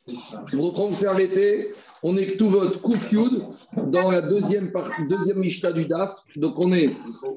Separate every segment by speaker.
Speaker 1: On reprend, on s'est arrêté. On est tout votre Koufioud dans la deuxième Mishnah du DAF. Donc on est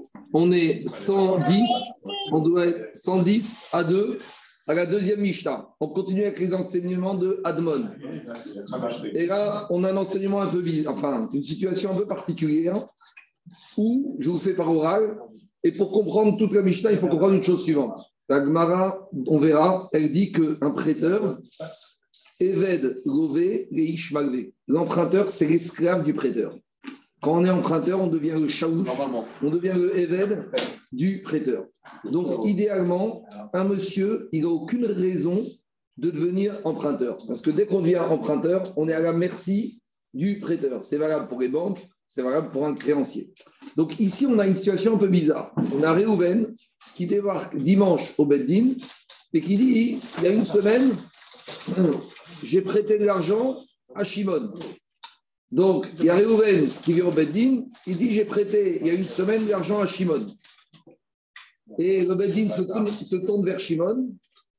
Speaker 1: 110, on doit être 110 à 2 à la deuxième Mishnah. On continue avec les enseignements de Admon. Et là, on a un enseignement un peu une situation un peu particulière où je vous fais par oral. Et pour comprendre toute la Mishnah, il faut comprendre une chose suivante. La Gemara, on verra, elle dit qu'un prêteur, Eved Lové Leish Malvé. L'emprunteur, c'est l'esclave du prêteur. Quand on est emprunteur, on devient le shaouch, on devient le Eved du prêteur. Donc, idéalement, un monsieur, il n'a aucune raison de devenir emprunteur. Parce que dès qu'on devient emprunteur, on est à la merci du prêteur. C'est valable pour les banques, c'est valable pour un créancier. Donc, ici, on a une situation un peu bizarre. On a Réhouven qui débarque dimanche au Beddin et qui dit, il y a une semaine, j'ai prêté de l'argent à Shimon. Donc, il y a Réhouven qui vient au Beddin, il dit, j'ai prêté il y a une semaine de l'argent à Shimon. Et le Beddin se tourne vers Shimon.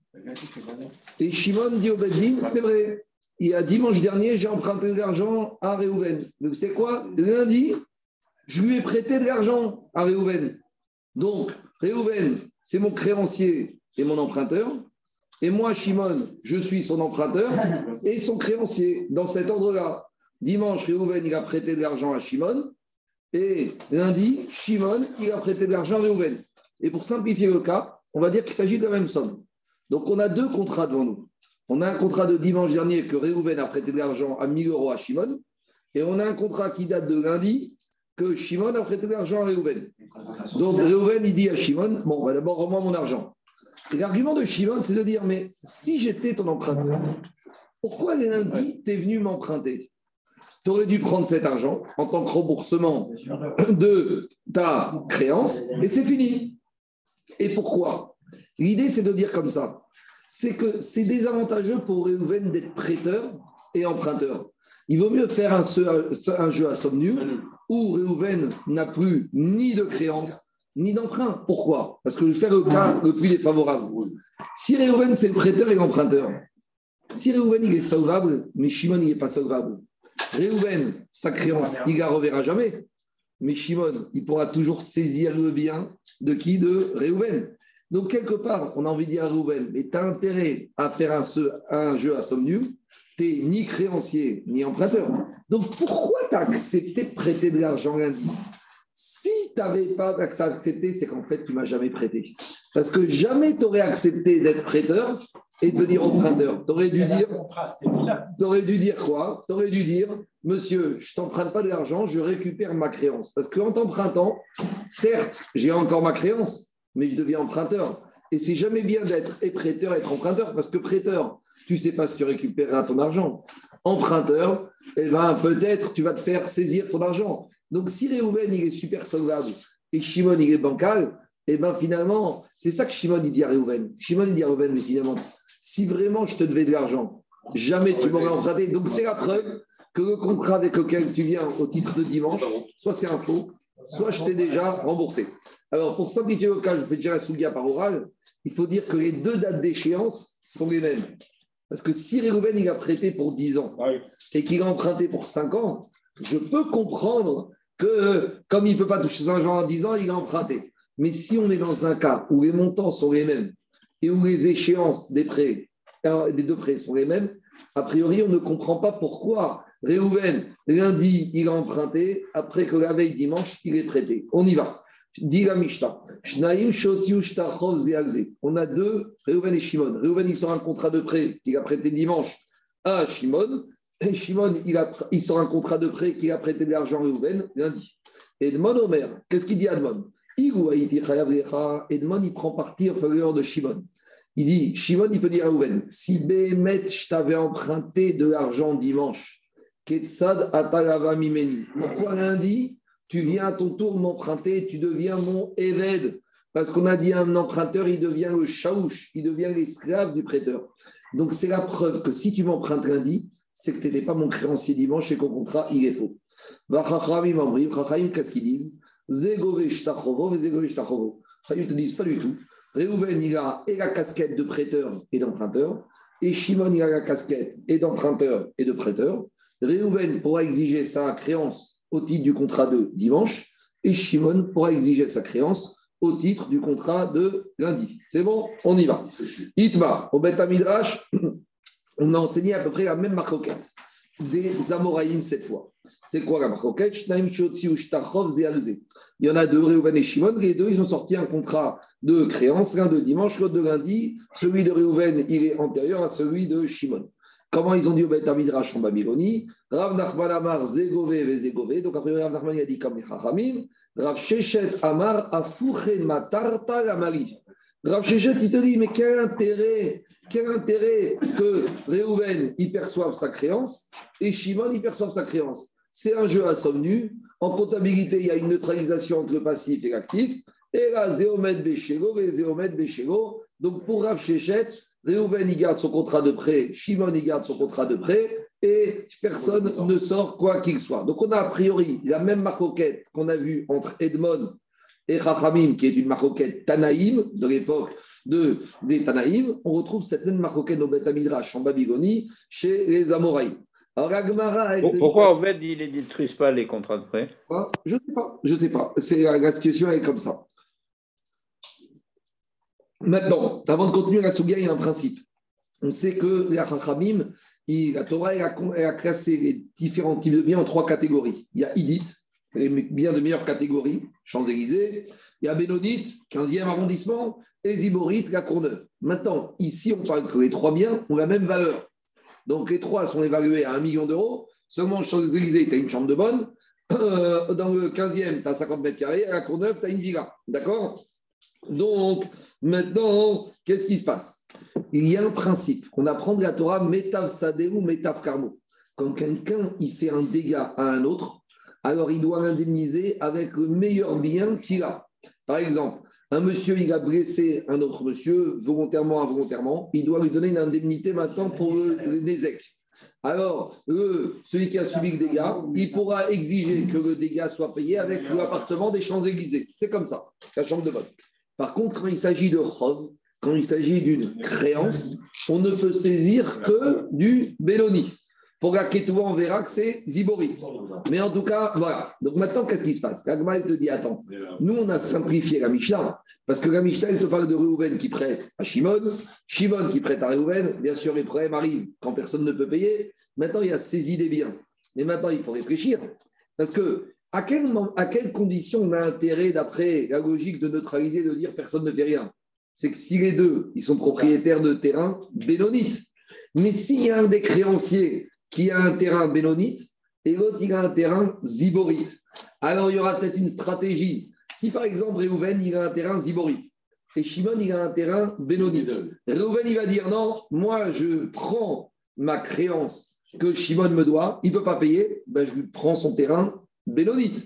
Speaker 1: Et Shimon dit au Beddin, c'est vrai, il y a dimanche dernier, j'ai emprunté de l'argent à Réhouven. Mais vous savez quoi? Lundi, je lui ai prêté de l'argent à Réhouven. Donc, Réhouven, c'est mon créancier et mon emprunteur. Et moi, Shimon, je suis son emprunteur et son créancier. Dans cet ordre-là, dimanche, Réhouven, il a prêté de l'argent à Shimon. Et lundi, Shimon, il a prêté de l'argent à Réhouven. Et pour simplifier le cas, on va dire qu'il s'agit de la même somme. Donc, on a deux contrats devant nous. On a un contrat de dimanche dernier que Réhouven a prêté de l'argent à 1 000 euros à Shimon. Et on a un contrat qui date de lundi que Shimon a prêté de l'argent à Réhouven. Donc, Réhouven, il dit à Shimon, bon, bah, d'abord, rends-moi mon argent. Et l'argument de Shimon, c'est de dire, mais si j'étais ton emprunteur, pourquoi lundi, tu es venu m'emprunter? Tu aurais dû prendre cet argent en tant que remboursement de ta créance et c'est fini. Et pourquoi? L'idée, c'est de dire comme ça. C'est que c'est désavantageux pour Réhouven d'être prêteur et emprunteur. Il vaut mieux faire un jeu à somme nulle où Réhouven n'a plus ni de créance ni d'emprunt. Pourquoi? Parce que je vais faire le cas le plus défavorable. Si Réhouven, c'est le prêteur et l'emprunteur, si Réhouven, il est solvable, mais Shimon, il n'est pas solvable. Réhouven, sa créance, il ne la reverra jamais. Mais Shimon, il pourra toujours saisir le bien de qui? De Réhouven. Donc, quelque part, on a envie de dire à Réhouven, mais tu as intérêt à faire un jeu à somme nulle, tu n'es ni créancier, ni emprunteur. Donc, pourquoi tu as accepté de prêter de l'argent lundi? Si tu n'avais pas accepté, c'est qu'en fait, tu ne m'as jamais prêté. Parce que jamais tu aurais accepté d'être prêteur et de devenir emprunteur. Tu aurais dû dire quoi? Tu aurais dû dire, monsieur, je ne t'emprunte pas de l'argent, je récupère ma créance. Parce qu'en t'empruntant, certes, j'ai encore ma créance, mais je deviens emprunteur. Et c'est jamais bien d'être prêteur et être emprunteur. Parce que prêteur, tu ne sais pas si tu récupéreras ton argent. Emprunteur, peut-être tu vas te faire saisir ton argent. Donc, si Réhouven, il est super solvable et Shimon, il est bancal, finalement, c'est ça que Shimon, il dit à Réhouven. Shimon, il dit à Réhouven, mais finalement, si vraiment je te devais de l'argent, jamais tu m'aurais emprunté. Donc, c'est la preuve que le contrat avec lequel tu viens au titre de dimanche, soit c'est un faux, soit je t'ai déjà remboursé. Alors, pour simplifier le cas, je fais déjà la soulia par oral, il faut dire que les deux dates d'échéance sont les mêmes. Parce que si Réhouven, il a prêté pour 10 ans et qu'il a emprunté pour 5 ans, je peux comprendre que, comme il ne peut pas toucher son argent en 10 ans, il a emprunté. Mais si on est dans un cas où les montants sont les mêmes et où les échéances des deux prêts sont les mêmes, a priori, on ne comprend pas pourquoi Réhouven, lundi, il a emprunté, après que la veille dimanche, il est prêté. On y va. Dit la Mishnah. On a deux, Réhouven et Shimon. Réhouven, il sort un contrat de prêt qu'il a prêté dimanche à Shimon. Et Shimon, il sort un contrat de prêt qu'il a prêté de l'argent à Réhouven lundi. Edmond Omer, qu'est-ce qu'il dit Edmond? Edmond, il prend parti en faveur de Shimon. Il dit, Shimon, il peut dire à Réhouven, si Béhémet, je t'avais emprunté de l'argent dimanche, Ketsad Atalava Mimeni, pourquoi lundi tu viens à ton tour m'emprunter, tu deviens mon Eved? Parce qu'on a dit à un emprunteur, il devient le shaouch, il devient l'esclave du prêteur. Donc c'est la preuve que si tu m'empruntes lundi, c'est que tu n'étais pas mon créancier dimanche et qu'au contrat, il est faux. Chachamim, qu'est-ce qu'ils disent? Zegove shtachovo, zegove shtachovo. Ils ne te disent pas du tout. Réhouven, il a et la casquette de prêteur et d'emprunteur, et Shimon il a la casquette et d'emprunteur et de prêteur, Réhouven pourra exiger sa créance au titre du contrat de dimanche et Shimon pourra exiger sa créance au titre du contrat de lundi. C'est bon, on y va. Itma, au Beth Midrash, on a enseigné à peu près la même marcoquette des Amoraïm cette fois. C'est quoi la marcoquette? Il y en a deux, Réhouven et Shimon. Les deux, ils ont sorti un contrat de créance, l'un de dimanche, l'autre de lundi. Celui de Réhouven, il est antérieur à celui de Shimon. Comment ils ont dit au Beth Midrash en Babylonie? Rav Nachman Amar Zegové Vezegové. Donc après, Rav Nachman a dit comme les Chachamim. Rav Shechet Amar Afouche Matarta Lamari. Rav Shechet, il te dit, mais quel intérêt que Réhouven y perçoive sa créance et Shimon y perçoive sa créance. C'est un jeu à somme nue. En comptabilité, il y a une neutralisation entre le passif et l'actif. Et là, Zéomet Béchégo, Zéomet Béchégo. Donc pour Rav Shechet, Réhouven, il garde son contrat de prêt, Shimon, il garde son contrat de prêt, et personne ne sort quoi qu'il soit. Donc, on a a priori la même marcoquette qu'on a vue entre Edmond et Chachamim, qui est une marcoquette Tanaïm, de l'époque des Tanaïm. On retrouve cette même marcoquette au Beth Midrash en Babylonie, chez les Amoraïm. Alors, la Gemara,
Speaker 2: pourquoi, en fait, ils ne détruisent pas les contrats de prêt?
Speaker 1: Je ne sais pas. La situation est comme ça. Maintenant, avant de continuer la Souga, il y a un principe. On sait que les Chachamim, la Torah elle a classé les différents types de biens en 3 catégories. Il y a Idit, c'est les biens de meilleure catégorie, Champs-Élysées. Il y a Bénodite, 15e arrondissement, et Ziborite, la Courneuve. Maintenant, ici, on parle que les 3 biens ont la même valeur. Donc, les 3 sont évalués à 1 million d'euros. Seulement, Champs-Élysées, tu as une chambre de bonne. Dans le 15e, tu as 50 mètres carrés. À la Courneuve, tu as une villa. D'accord? Donc, maintenant, qu'est-ce qui se passe? Il y a un principe qu'on apprend de la Torah, Metav Sadeh ou Metav Karmo. Quand quelqu'un il fait un dégât à un autre, alors il doit l'indemniser avec le meilleur bien qu'il a. Par exemple, un monsieur, il a blessé un autre monsieur, volontairement, involontairement, il doit lui donner une indemnité maintenant pour le Nézek. Alors, celui qui a subi le dégât, il pourra exiger que le dégât soit payé avec l'appartement des Champs-Élysées. C'est comme ça, la chambre de bonne. Par contre, quand il s'agit de chov, quand il s'agit d'une créance, on ne peut saisir que du Béloni. Pour la Ketouva, on verra que c'est Zibori. Mais en tout cas, voilà. Donc maintenant, qu'est-ce qui se passe? L'Agma, te dit, attends, nous, on a simplifié la Mishnah, parce que la Mishnah, elle se parle de Réhouven qui prête à Shimon, Shimon qui prête à Réhouven. Bien sûr, les problèmes arrivent quand personne ne peut payer. Maintenant, il y a saisie des biens. Mais maintenant, il faut réfléchir. Parce que à quelles conditions on a intérêt, d'après la logique, de neutraliser, de dire personne ne fait rien? C'est que si les deux, ils sont propriétaires de terrain bénonite. Mais s'il y a un des créanciers qui a un terrain bénonite et l'autre, il a un terrain ziborite, alors il y aura peut-être une stratégie. Si par exemple, Réhouven, il a un terrain ziborite et Shimon, il a un terrain bénonite, Réhouven, il va dire non, moi, je prends ma créance que Shimon me doit, il ne peut pas payer, ben, je lui prends son terrain bénonite.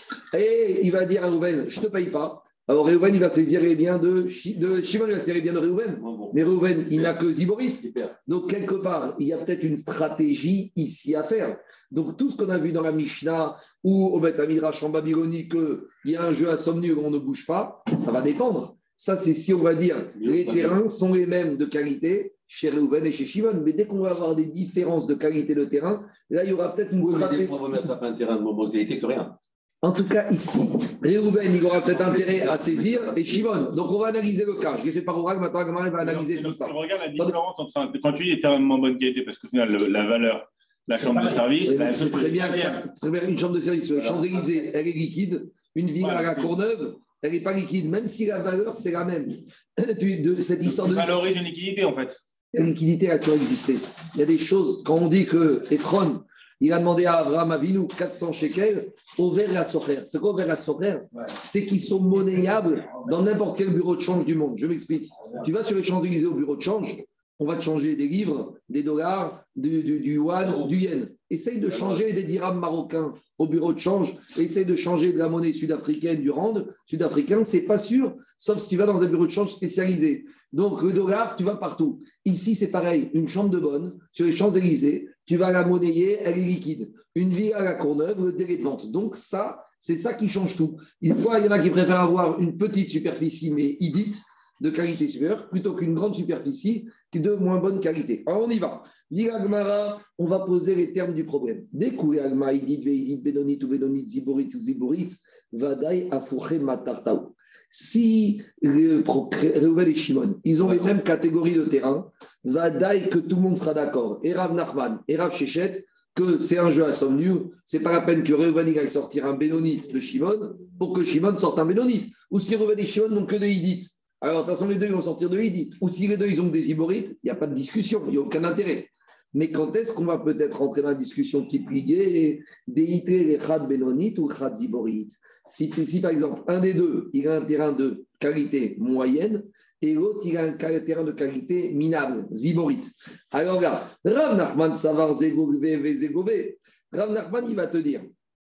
Speaker 1: Et il va dire à Réhouven, je ne te paye pas. Alors Réhouven, il va saisir les biens de Shimon, il va saisir les biens de Réhouven. Mais Réhouven, il n'a que Ziborite. Donc, quelque part, il y a peut-être une stratégie ici à faire. Donc, tout ce qu'on a vu dans la Mishnah ou au Beth Midrash en Babylonie, qu'il y a un jeu à somme nulle où on ne bouge pas, ça va dépendre. Ça, c'est si on va dire les terrains sont les mêmes de qualité chez Réhouven et chez Shimon. Mais dès qu'on va avoir des différences de qualité de terrain, là, il y aura peut-être une stratégie.
Speaker 3: Mais des fois, on va mettre un terrain de bonne qualité que rien.
Speaker 1: En tout cas, ici, Réhouven, il aura peut-être intérêt à saisir et Shimon. Donc, on va analyser le cas. Je l'ai fait par oral, maintenant, Gamara va analyser tout ça.
Speaker 4: On regarde la différence entre, quand tu dis des terrains de bonne qualité, parce qu'au final, la valeur, la chambre de service,
Speaker 1: c'est très bien. Une chambre de service sur les Champs-Élysées, elle est liquide. Une villa à la Courneuve, elle n'est pas liquide, même si la valeur, c'est la même. De cette histoire de.
Speaker 4: Valorise une liquidité, en fait.
Speaker 1: La liquidité a toujours existé. Il y a des choses, quand on dit que Ephron, il a demandé à Abraham Avinu 400 shekels au verre à socher. C'est quoi au verre à socher? C'est qu'ils sont monnayables dans n'importe quel bureau de change du monde. Je m'explique. Tu vas sur les Champs-Élysées au bureau de change, on va te changer des livres, des dollars, du yuan, du yen. Essaye de changer des dirhams marocains au bureau de change. Essaye de changer de la monnaie sud-africaine, du rand sud-africain. C'est pas sûr, sauf si tu vas dans un bureau de change spécialisé. Donc, le dollar, tu vas partout. Ici, c'est pareil. Une chambre de bonne sur les Champs-Élysées, tu vas la monnayer, elle est liquide. Une vie à la Courneuve, le délai de vente. Donc, ça, c'est ça qui change tout. Une fois, il y en a qui préfèrent avoir une petite superficie, mais idite, de qualité supérieure, plutôt qu'une grande superficie de moins bonne qualité. Alors on y va. Dit Agmara, on va poser les termes du problème. Dès que Agmara, il dit Benonit ou Benonit, Ziborit ou Ziborit, Vadaï Afouché Matartaou. Si Reuven et Shimon, ils ont les mêmes catégories de terrain, Vadaï que tout le monde sera d'accord. Et Rav Nachman et Rav Shechet, que c'est un jeu à somme nulle, c'est pas la peine que Reuven aille sortir un Bénonite de Shimon pour que Shimon sorte un Bénonite. Ou si Reuven et Shimon n'ont que des Hidites, alors de toute façon les deux ils vont sortir de Hidites. Ou si les deux ils ont des Iborites, il n'y a pas de discussion, il n'y a aucun intérêt. Mais quand est-ce qu'on va peut-être rentrer dans la discussion type liguée des Hidites, les Khad Bénonite ou Khad Ziborite? Si par exemple un des deux il a un terrain de qualité moyenne, et l'autre, il a un terrain de qualité minable, ziborite. Alors là, Rav Nachman Savar Zegové. Rav Nachman, il va te dire,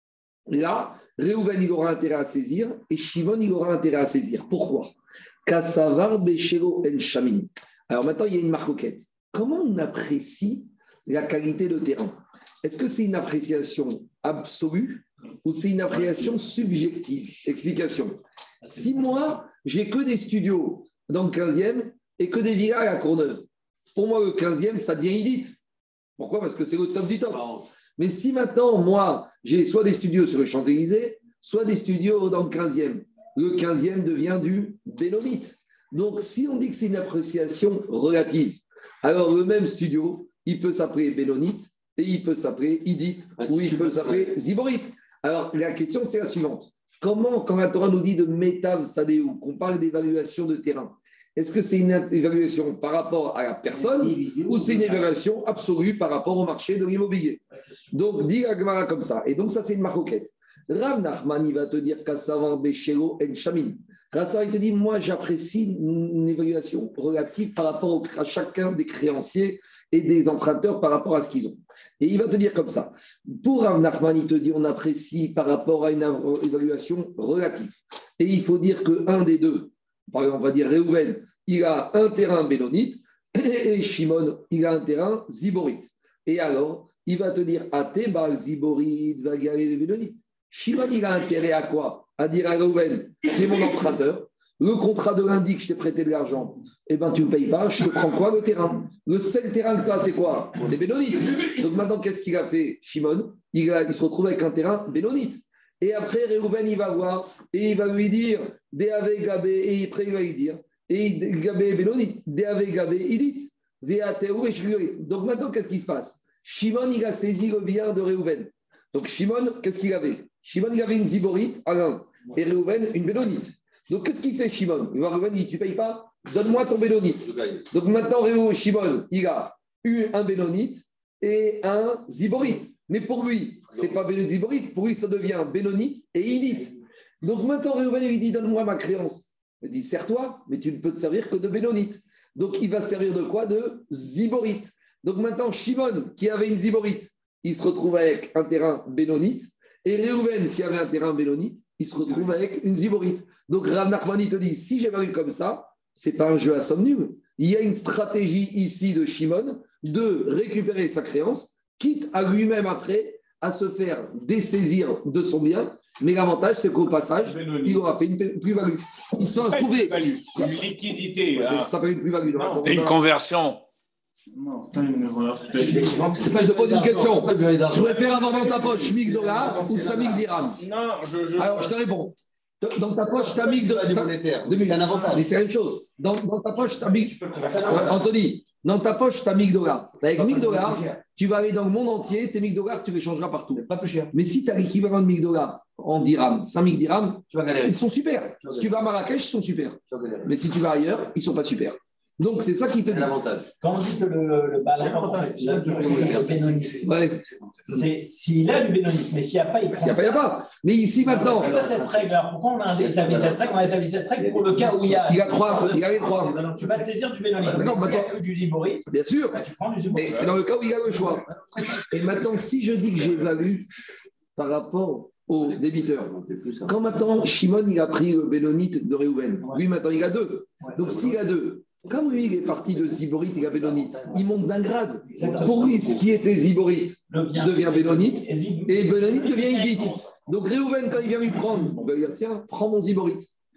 Speaker 1: là, Reuven, il aura intérêt à saisir, et Shimon, il aura intérêt à saisir. Pourquoi? Kassavar Beshelo El Shamin. Alors maintenant, il y a une marcoquette. Comment on apprécie la qualité de terrain? Est-ce que c'est une appréciation absolue ou c'est une appréciation subjective? Explication. Si moi, j'ai que des studios dans le 15e et que des villas à la Courneuve. Pour moi, le 15e, ça devient élite. Pourquoi? Parce que c'est le top du top. Mais si maintenant, moi, j'ai soit des studios sur les Champs-Élysées, soit des studios dans le 15e, le 15e devient du Bénonite. Donc, si on dit que c'est une appréciation relative, alors le même studio, il peut s'appeler Bénonite et il peut s'appeler Idite ou il peut s'appeler Ziborite. Alors, la question, c'est la suivante. Comment, quand la Torah nous dit de Metav Sadéou, qu'on parle d'évaluation de terrain, est-ce que c'est une évaluation par rapport à la personne ou c'est une évaluation absolue par rapport au marché de l'immobilier? Donc, dit Agmara comme ça. Et donc, ça, c'est une maroquette. Rav Nachman, il va te dire Kassavar Beshelo En Shamin. Rav, il te dit, moi, j'apprécie une évaluation relative par rapport à chacun des créanciers et des emprunteurs par rapport à ce qu'ils ont. Et il va te dire comme ça. Pour Rav Nachman, il te dit on apprécie par rapport à une évaluation relative. Et il faut dire qu'un des deux, par exemple, on va dire Reuven, il a un terrain bénonite et Shimon, il a un terrain ziborite. Et alors, il va te dire Ateba ziborite va garer bénonite. Shimon, il a intérêt à quoi? À dire à Reuven, tu es mon emprunteur. Le contrat de l'indique, je t'ai prêté de l'argent. Eh bien, tu ne me payes pas, je te prends quoi? Le terrain. Le seul terrain que tu as, c'est quoi? C'est bénonite. Donc maintenant, qu'est-ce qu'il a fait, Shimon? Il se retrouve avec un terrain bénonite. Et après, Reuven, il va voir et il va lui dire Deave Gabé, et après, il va lui dire et Gabé bénonite, Deave Gabé, il dit Deateu et Shrigorit. Donc maintenant, qu'est-ce qui se passe? Shimon, il a saisi le bien de Reuven. Donc Shimon, qu'est-ce qu'il avait? Shimon, il avait une ziborite à l'un et Reuven, une bénonite. Donc, qu'est-ce qu'il fait, Shimon? Il va revenir, tu ne payes pas? Donne-moi ton bénonite. Donc, maintenant, Shimon, il a eu un bénonite et un ziborite. Mais pour lui, ce n'est pas bénonite ziborite. Pour lui, ça devient bénonite et idite. Donc, maintenant, Reuven, il dit, donne-moi ma créance. Il dit, sers-toi, mais tu ne peux te servir que de bénonite. Donc, il va servir de quoi? De ziborite. Donc, maintenant, Shimon, qui avait une ziborite, il se retrouve avec un terrain bénonite. Et Reuven, qui avait un terrain bénonite, il se retrouve avec une ziborite. Donc, Rav Nachman, il te dit, si j'évalue comme ça, ce n'est pas un jeu à somme nulle. Il y a une stratégie ici de Shimon de récupérer sa créance, quitte à lui-même après à se faire dessaisir de son bien. Mais l'avantage, c'est qu'au passage, il aura fait une plus-value. Ils sont trouvés.
Speaker 4: Une liquidité.
Speaker 1: Ça s'appelle une plus-value.
Speaker 2: Une conversion.
Speaker 4: Non, c'est pas une erreur.
Speaker 1: Je te pose une question. Tu préfères avoir dans ta poche 1000 dollars ou 5000 dirhams?
Speaker 2: Non,
Speaker 1: Alors, je te réponds. Dans ta poche, tu as 1000 dollars.
Speaker 3: C'est un avantage.
Speaker 1: Mais c'est la même chose. Dans ta poche, tu as 1000 Anthony, dans ta poche, tu as 1000 dollars. Avec 1000 dollars, tu vas aller dans le monde entier, tes 1000 dollars, tu les changeras partout.
Speaker 3: Pas plus cher.
Speaker 1: Mais si tu as l'équivalent de 1000 dollars en dirhams, 5000 dirhams,
Speaker 3: Tu vas galérer.
Speaker 1: ils sont super. Si tu vas à Marrakech, ils sont super.
Speaker 3: Tu vas galérer.
Speaker 1: Mais si tu vas ailleurs, ils ne sont pas super. Donc, c'est ça qui te
Speaker 3: C'est
Speaker 1: dit.
Speaker 3: l'avantage.
Speaker 5: Quand on dit que le balan, il a du bénonite,
Speaker 1: Ouais.
Speaker 5: c'est s'il a du bénonite, mais s'il n'y a pas, il prend.
Speaker 1: S'il n'y a pas, il n'y a pas. Mais ici, maintenant,
Speaker 5: C'est quoi cette règle? Alors, pourquoi on a établi cette règle? On a établi cette règle pour le cas où il y a.
Speaker 1: il a trois. Il a les trois.
Speaker 5: Tu vas te saisir du bénonite.
Speaker 1: D'accord,
Speaker 5: Mais s'il n'y a
Speaker 1: maintenant-
Speaker 5: que du ziborite,
Speaker 1: Bien sûr.
Speaker 5: bah, tu prends du
Speaker 1: Mais
Speaker 5: ziborite.
Speaker 1: c'est dans le cas où il y a le choix. Et maintenant, si je dis que j'évalue par rapport au débiteur, quand maintenant Shimon il a pris le bénonite de Reuven, lui maintenant il a deux. Donc s'il a deux, comme lui il est parti de Ziborite, il a bénonite, il monte d'un grade. Pour lui, ce qui était Ziborite devient bénonite et bénonite devient Idite. Donc Reuven, quand il vient lui prendre, il va lui dire tiens, prends mon Ziborite.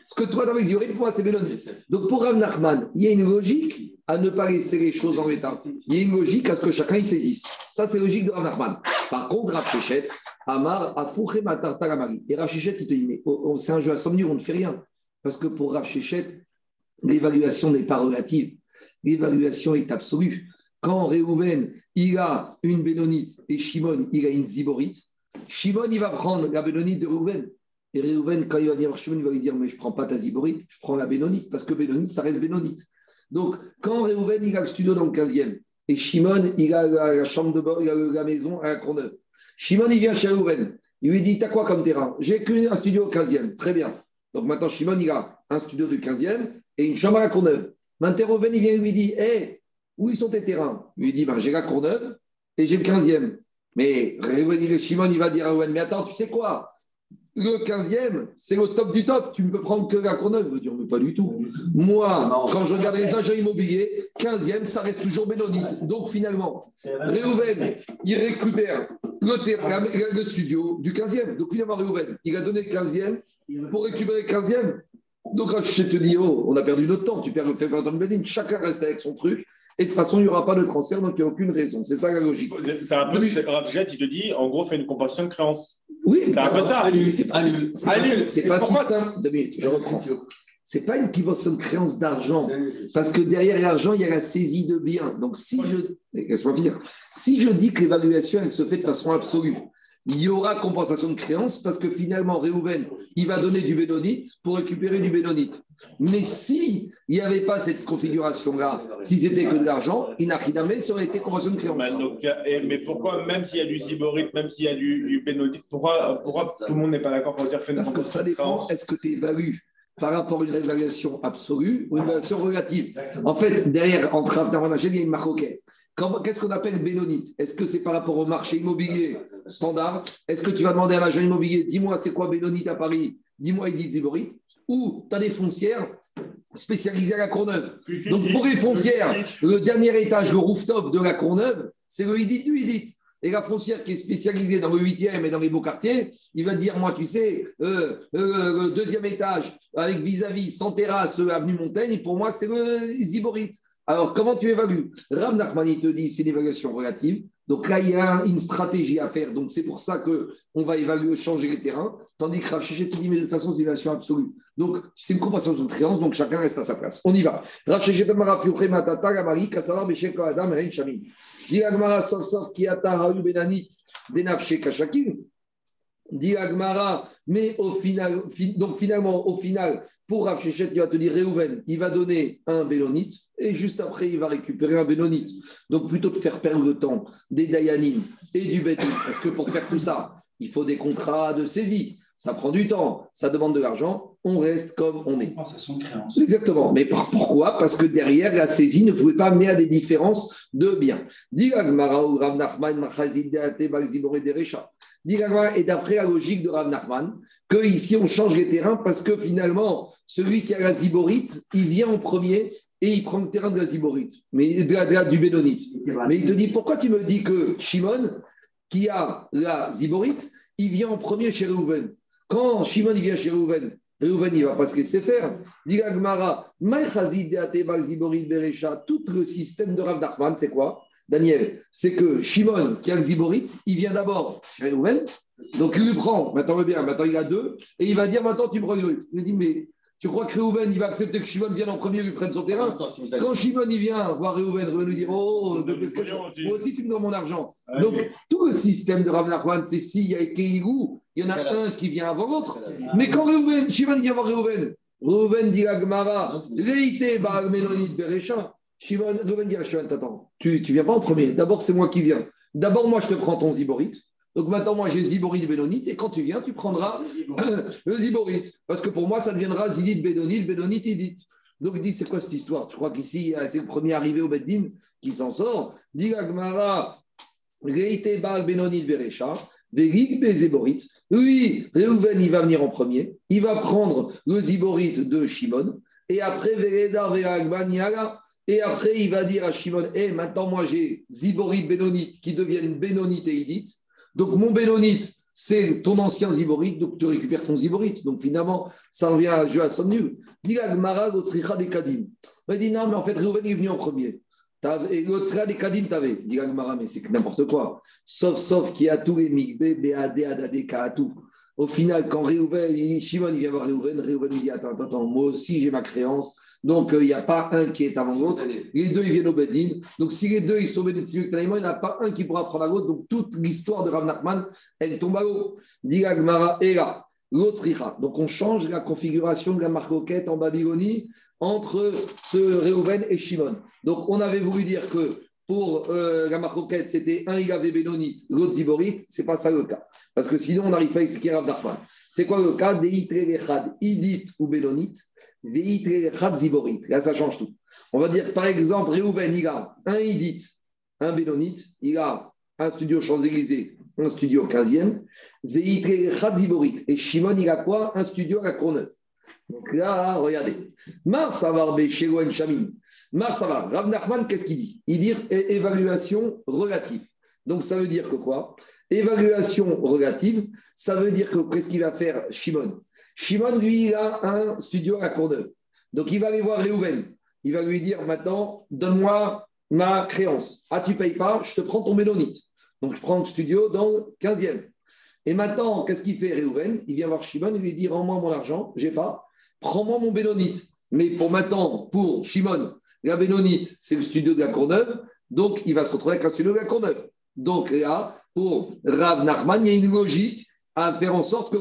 Speaker 1: Ce que toi, dans les Ziborites, pour moi, c'est Bénonite. Donc, pour Rav Nachman, il y a une logique à ne pas laisser les choses en l'état. Il y a une logique à ce que chacun y saisisse. Ça, c'est logique de Rav Nachman. Par contre, Rav Shechet, Amar, Afouché, Matartaramari. Et Rav Shechet, il te dit, mais c'est un jeu à somme nulle, on ne fait rien. Parce que pour Rav Shechet, l'évaluation n'est pas relative. L'évaluation est absolue. Quand Réhouven, il a une Bénonite et Shimon, il a une Ziborite, Shimon, il va prendre la Bénonite de Réhouven. Et Réhouven, quand il va dire Shimon, il va lui dire, mais je ne prends pas ta Ziborite, je prends la Bénonite, parce que Bénonite, ça reste Bénonite. Donc, quand Réhouven, il a le studio dans le 15e, et Shimon, il a la chambre de bord, il a la maison à la Courneuve. Shimon, il vient chez Réhouven. Il lui dit, t'as quoi comme terrain? J'ai qu'un studio au 15e. Très bien. Donc maintenant, Shimon, il a un studio du 15e et une chambre à la Courneuve. Maintenant, Réhouven, il vient et lui dit, hé, où ils sont tes terrains? Il lui dit, ben, j'ai la Courneuve et j'ai le 15e. Mais Shimon, il va dire à Réhouven, mais attends, tu sais quoi? Le 15e, c'est le top du top. Tu ne peux prendre que la Courneuve. Il va dire, mais pas du tout. Moi, quand je regarde les agents immobiliers, 15e, ça reste toujours Bénonite. Donc finalement, Réhouven, il récupère le studio du 15e. Donc finalement, Réhouven, il a donné le 15e pour récupérer le 15e. Donc je te dis, oh, on a perdu notre temps. Tu perds le fait de Bénin. Chacun reste avec son truc. Et de toute façon, il n'y aura pas de transfert, donc il n'y a aucune raison. C'est ça la logique.
Speaker 4: C'est un peu Rav Shechet, il te dit, en gros, fais une compensation de créance.
Speaker 1: Oui,
Speaker 4: c'est un peu ça.
Speaker 1: C'est pas si simple. 2 minutes, je reprends. C'est pas une compensation de créance d'argent, parce que derrière l'argent, il y a la saisie de biens. Donc, si je dis que l'évaluation, elle se fait de façon absolue, il y aura compensation de créance parce que finalement, Réhouven, il va donner du bénonite pour récupérer du bénonite. Mais si il n'y avait pas cette configuration-là, si c'était que de l'argent, inachidamé, ça aurait été compensation de créance.
Speaker 4: Mais pourquoi, même s'il y a du ziborite, même s'il y a du bénonite, pourquoi tout le monde n'est pas d'accord pour dire fais une
Speaker 1: parce que ça dépend, est-ce que tu évalues par rapport à une évaluation absolue ou une évaluation relative? En fait, derrière, entre Rav Nachman et il y a une maroquette. Qu'est-ce qu'on appelle bénonite? Est-ce que c'est par rapport au marché immobilier standard? Est-ce que tu vas demander à l'agent immobilier, dis-moi c'est quoi bénonite à Paris? Dis-moi il dit ziborite. Ou tu as des foncières spécialisées à la Courneuve. Donc pour les foncières, le dernier étage, le rooftop de la Courneuve, c'est le IDIT du IDIT. Et la foncière qui est spécialisée dans le 8e et dans les beaux quartiers, il va te dire, moi, tu sais, le deuxième étage avec vis-à-vis, sans terrasse, avenue Montaigne, pour moi, c'est le ziborite. Alors, comment tu évalues? Rav Nachman, il te dit, c'est une évaluation relative. Donc là, il y a une stratégie à faire. Donc, c'est pour ça qu'on va évaluer, changer les terrains. Tandis que Rav Shechet te dit, mais de toute façon, c'est une évaluation absolue. Donc, c'est une compensation de créance. Donc, chacun reste à sa place. On y va. Rav Shechet te marafiouche matata, gamari, kassala, beshek, adam, rein, shamim. Dit Agmara, sauf qui a taharu benanit, benafshe, kashakim. Dit Agmara, mais au final, pour Rav Shechet, il va te dire Réhouven, il va donner un bénonite et juste après, il va récupérer un bénonite. Donc, plutôt de faire perdre le temps des dayanim et du béton, parce que pour faire tout ça, il faut des contrats de saisie. Ça prend du temps, ça demande de l'argent, on reste comme on est.
Speaker 5: Compensation de créance.
Speaker 1: Exactement. Mais pourquoi? Parce que derrière, la saisie ne pouvait pas amener à des différences de biens. Dit Agmara ou Rav Nachman, Machazid Deate, Balzibore Derecha. Et d'après la logique de Rav Nachman, qu'ici on change les terrains parce que finalement, celui qui a la ziborite, il vient en premier et il prend le terrain de la ziborite, mais du bénonite. Mais il te dit, pourquoi tu me dis que Shimon, qui a la ziborite, il vient en premier chez Réhouven? Quand Shimon il vient chez Réhouven, Réhouven il ne va pas se laisser faire. Dit Agmara, tout le système de Rav Nachman, c'est quoi? Daniel, c'est que Shimon, qui a le ziborite, il vient d'abord chez Réhouven, donc il lui prend, maintenant il a 2, et il va dire maintenant tu me recrutes. Il me dit, mais tu crois que Réhouven, il va accepter que Shimon vienne en premier et lui prenne son terrain? Quand Shimon il vient voir Réhouven lui dire, oh, moi aussi tu me donnes mon argent. Donc tout le système de Rav Nachman, c'est s'il y a Keïgou, il y en a un qui vient avant l'autre. Mais quand Shimon vient voir Réhouven dit à Gemara, Réité Baal Ménonite Berecha. Réhouven dit à Shimon, attends, tu viens pas en premier. D'abord, c'est moi qui viens. D'abord, moi, je te prends ton ziborite. Donc maintenant, moi, j'ai ziborite bénonite. Et quand tu viens, tu prendras le ziborite. Parce que pour moi, ça deviendra zidit bénonite, bénonite idit. Donc il dit, c'est quoi cette histoire? Tu crois qu'ici, c'est le premier arrivé au Beddin qui s'en sort? Dit la Gemara, Réité Baal Bénonite Berecha. Vélik Bézéborite. Oui, Réhouven, il va venir en premier. Il va prendre le ziborite de Shimon. Et après, Vélédar Véragbaniala. Et après, il va dire à Shimon, maintenant, moi, j'ai ziborite bénonite qui deviennent bénonite et idite. Donc, mon bénonite, c'est ton ancien ziborite, donc tu récupères ton ziborite. Donc finalement, ça revient à jouer à son nul. Dit Agmara, l'Otricha des Kadim. On dit non, mais en fait, Réhouven est venu en premier. Et l'Otricha des Kadim, t'avais. Dit Agmara, mais c'est n'importe quoi. Sauf qu'il y a tous les Migbe, BAD, ADAD, Kaatou. Au final, quand Shimon il vient voir Réhouven il dit attends, moi aussi j'ai ma créance. Donc il n'y a pas un qui est avant l'autre. Les deux ils viennent au Bedin. Donc si les deux ils sont Bedin simultanément, il n'y en a pas un qui pourra prendre à l'autre. Donc toute l'histoire de Rav Nachman, elle tombe à l'eau. Dit Agmara et là, l'Otricha. Donc on change la configuration de la marcoquette en Babylonie entre ce Réhouven et Shimon. Donc on avait voulu dire que pour la marcoquette, c'était un Igavé Bénonite, l'autre Ziborite, ce n'est pas ça le cas. Parce que sinon, on n'arrive pas à expliquer Rav Nachman. C'est quoi le cas? Deitre Lechad, Idit ou Bénonite, Deitre Lechad Ziborite. Là, ça change tout. On va dire, par exemple, Réhouven, il a un Idit, un Bénonite, il a un studio Champs-Élysées, un studio 15e, Deitre Lechad Ziborite. Et Shimon, il a quoi? Un studio à la Courneuve. Donc là, regardez. Marsavar Sheloen Shamim. Marsavar, Rav Nachman, qu'est-ce qu'il dit? Il dit évaluation relative. Donc ça veut dire que quoi? Évaluation relative, ça veut dire que qu'est-ce qu'il va faire Shimon? Shimon, lui, il a un studio à la Courneuve. Donc il va aller voir Réhouven. Il va lui dire maintenant, donne-moi ma créance. Ah, tu ne payes pas, je te prends ton Mélonite. Donc je prends le studio dans le 15e. Et maintenant, qu'est-ce qu'il fait Réhouven? Il vient voir Shimon et lui dit rends-moi mon argent, j'ai pas, prends-moi mon Bénonite. Mais pour maintenant, pour Shimon, la Bénonite, c'est le studio de la Courneuve, donc il va se retrouver avec un studio de la Courneuve. Donc là, pour Rav Nachman, il y a une logique à faire en sorte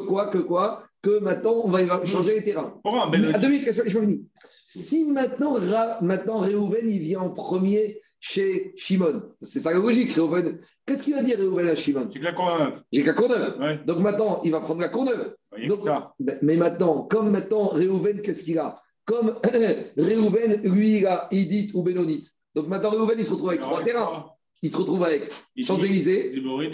Speaker 1: que maintenant, on va changer les terrains. Je finis. Si maintenant Réhouven, il vient en premier chez Shimon, c'est ça la logique, Réhouven. Qu'est-ce qu'il va dire Réhouven à Shimon?
Speaker 4: C'est que la Courneuve.
Speaker 1: J'ai que la Courneuve.
Speaker 4: Ouais.
Speaker 1: Donc maintenant, il va prendre la Courneuve. Donc, mais maintenant, comme maintenant, Réhouven, qu'est-ce qu'il a? Comme Réhouven, lui, il a Idit ou Bénonite. Donc maintenant, Réhouven, il se retrouve avec trois terrains. Il se retrouve avec Champs-Élysées,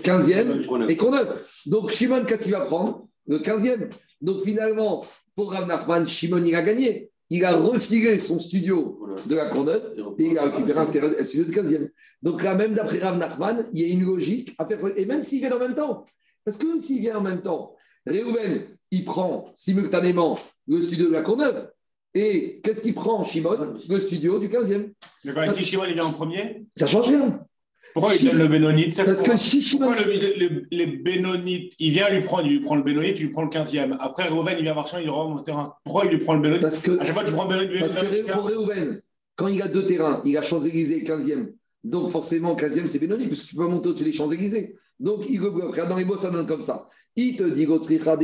Speaker 1: 15e et Courneuve. Donc Shimon, qu'est-ce qu'il va prendre? Le 15e. Donc finalement, pour Rav Nachman, Shimon, il a gagné. Il a refilé son studio de la Courneuve et il a récupéré un studio de 15e. Donc là, même d'après Rav Nachman, il y a une logique à faire. Et même s'ils viennent en même temps. Parce que même s'ils viennent en même temps, Réhouven, il prend simultanément le studio de la Courneuve. Et qu'est-ce qu'il prend, Shimon? Le studio du 15e.
Speaker 4: Mais si Shimon il vient en premier,
Speaker 1: ça change rien.
Speaker 4: Pourquoi il donne le Bénonite?
Speaker 1: Parce que si Shimon.
Speaker 4: Les Bénonites, il vient il lui prend le Bénonite, il lui prend le 15e. Après, Réhouven, il vient marcher, il rentre au terrain. Pourquoi il lui prend le Bénonite?
Speaker 1: Parce que,
Speaker 4: à chaque fois, tu prends le Bénonite.
Speaker 1: Parce que pour Réhouven, quand il a deux terrains, il a Champs-Élysées 15e. Donc forcément, 15e, c'est Bénonite, parce que tu peux monter au-dessus des Champs-Élysées. Donc il le bloque. Dans les mots, ça donne comme ça. Il te dit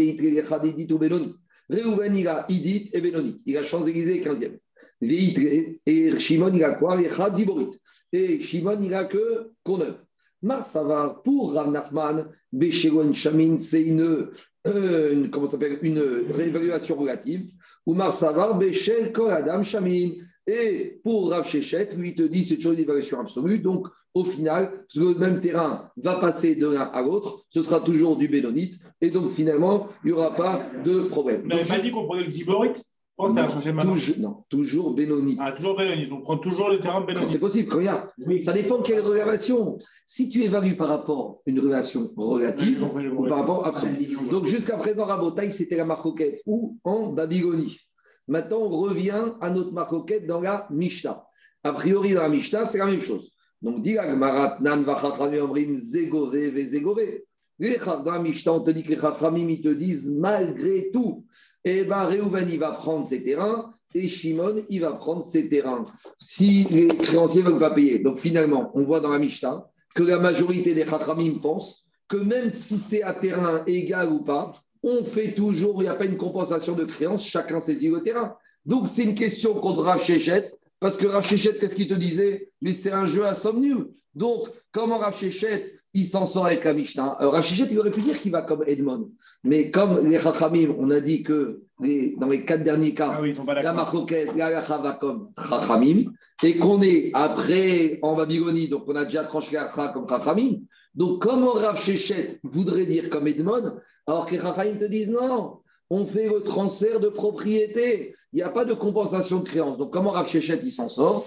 Speaker 1: ou Bénonite. Réhouven, il a Idit et Bénonite. Il a Champs-Élysées 15e. Et Shimon, il a quoi? Les Ziborite. Et Shimon, il a que Courneuve. Marsavar, pour Rav Nachman, Béchégon Chamin, c'est une réévaluation relative. Ou Marsavar, Béchel Kol Adam Chamin. Et pour Rav Shechet, lui, il te dit c'est toujours une évaluation absolue. Donc, au final, le même terrain va passer de l'un à l'autre. Ce sera toujours du Bénonite. Et donc, finalement, il n'y aura pas de problème.
Speaker 4: On n'avait pas dit qu'on prenait le Ziborite? Ça a changé maintenant.
Speaker 1: Toujours Bénonite.
Speaker 4: Ah, toujours Bénonite. On prend toujours le terrain Bénonite.
Speaker 1: C'est possible, regarde. Oui. Ça dépend de quelle relation. Si tu évalues par rapport à une relation relative ou par rapport à absolue. Donc, jusqu'à présent, Rabotaï, c'était la marcoquette ou en Babylonie. Maintenant, on revient à notre marcoquette dans la Mishnah. A priori, dans la Mishnah, c'est la même chose. Donc, dit Agmarat, Nan Vachachamim Omrim, Zegove, Vezegove. Dans la Mishnah, on te dit que les Chachamim, ils te disent malgré tout. Eh bien, Réhouven, il va prendre ses terrains et Shimon, il va prendre ses terrains. Si les créanciers ne veulent pas payer. Donc, finalement, on voit dans la Mishnah que la majorité des Chachamim pensent que même si c'est à terrain égal ou pas, on fait toujours, il n'y a pas une compensation de créance, chacun saisit le terrain. Donc, c'est une question contre Rav Shechet, parce que Rav Shechet, qu'est-ce qu'il te disait? Mais c'est un jeu à somme nulle. Donc, comment Rav Shechet, il s'en sort avec la Mishnah? Rav Shechet, il aurait pu dire qu'il va comme Edmond. Mais comme les Chachamim, on a dit que dans les 4 derniers cas, la marcoquette, la Lacha va comme Chachamim, et qu'on est après en Babylonie, donc on a déjà tranché la Lacha comme Chachamim. Donc, comment Rav Shechet voudrait dire comme Edmond, alors que les Chachamim te disent non, on fait le transfert de propriété. Il n'y a pas de compensation de créance. Donc, comment Rav Shechet, il s'en sort?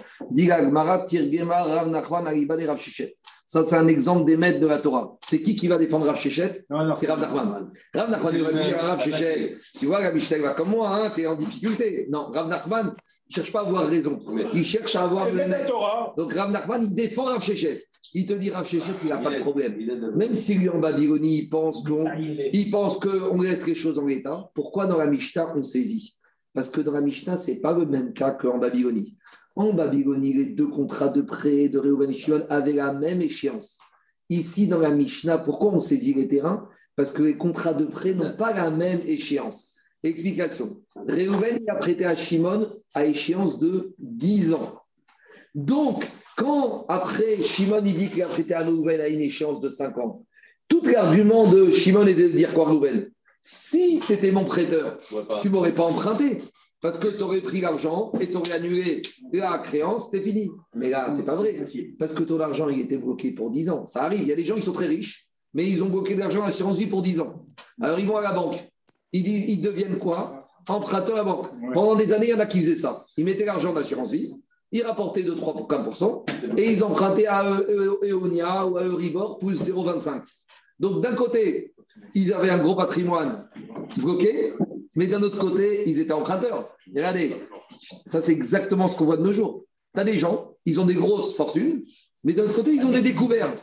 Speaker 1: Ça, c'est un exemple des maîtres de la Torah. C'est qui va défendre Rav Shechet? C'est Rav Nachman. Rav Nachman, il va dire à Rav Shechet, tu vois, la Mishnah va comme moi, hein, tu es en difficulté. Non, Rav Nachman, il ne cherche pas à avoir raison. Il cherche à avoir le maître. Donc, Rav Nachman, il défend Rav Shechet. Il te dit, Rav Shechet, il n'a pas de problème. Même si lui, en Babylonie, il pense qu'on laisse les choses en l'état, pourquoi dans la Mishnah, on saisit? Parce que dans la Mishnah, ce n'est pas le même cas qu'en Babylonie. En Babylonie, les deux contrats de prêt de Réhouven et Shimon avaient la même échéance. Ici, dans la Mishnah, pourquoi on saisit les terrains? Parce que les contrats de prêt n'ont pas la même échéance. Explication. Réhouven a prêté à Shimon à échéance de 10 ans. Donc, quand après Shimon il dit qu'il a prêté à Réhouven à une échéance de 5 ans, tout l'argument de Shimon est de dire quoi, Réhouven? Si tu étais mon prêteur, tu ne m'aurais pas emprunté. Parce que tu aurais pris l'argent et tu aurais annulé la créance, c'était fini. Mais là, ce n'est pas vrai. Parce que ton argent, il était bloqué pour 10 ans. Ça arrive. Il y a des gens qui sont très riches, mais ils ont bloqué de l'argent à l'assurance vie pour 10 ans. Alors, ils vont à la banque. Ils deviennent quoi? Emprunteurs à la banque. Pendant des années, il y en a qui faisaient ça. Ils mettaient l'argent d'assurance vie, ils rapportaient 2, 3, 4%, et ils empruntaient à Eonia ou à Euribor plus 0,25. Donc, d'un côté, ils avaient un gros patrimoine bloqué, mais d'un autre côté, ils étaient emprunteurs. Et regardez, ça c'est exactement ce qu'on voit de nos jours. Tu as des gens, ils ont des grosses fortunes, mais d'un autre côté, ils ont des découvertes.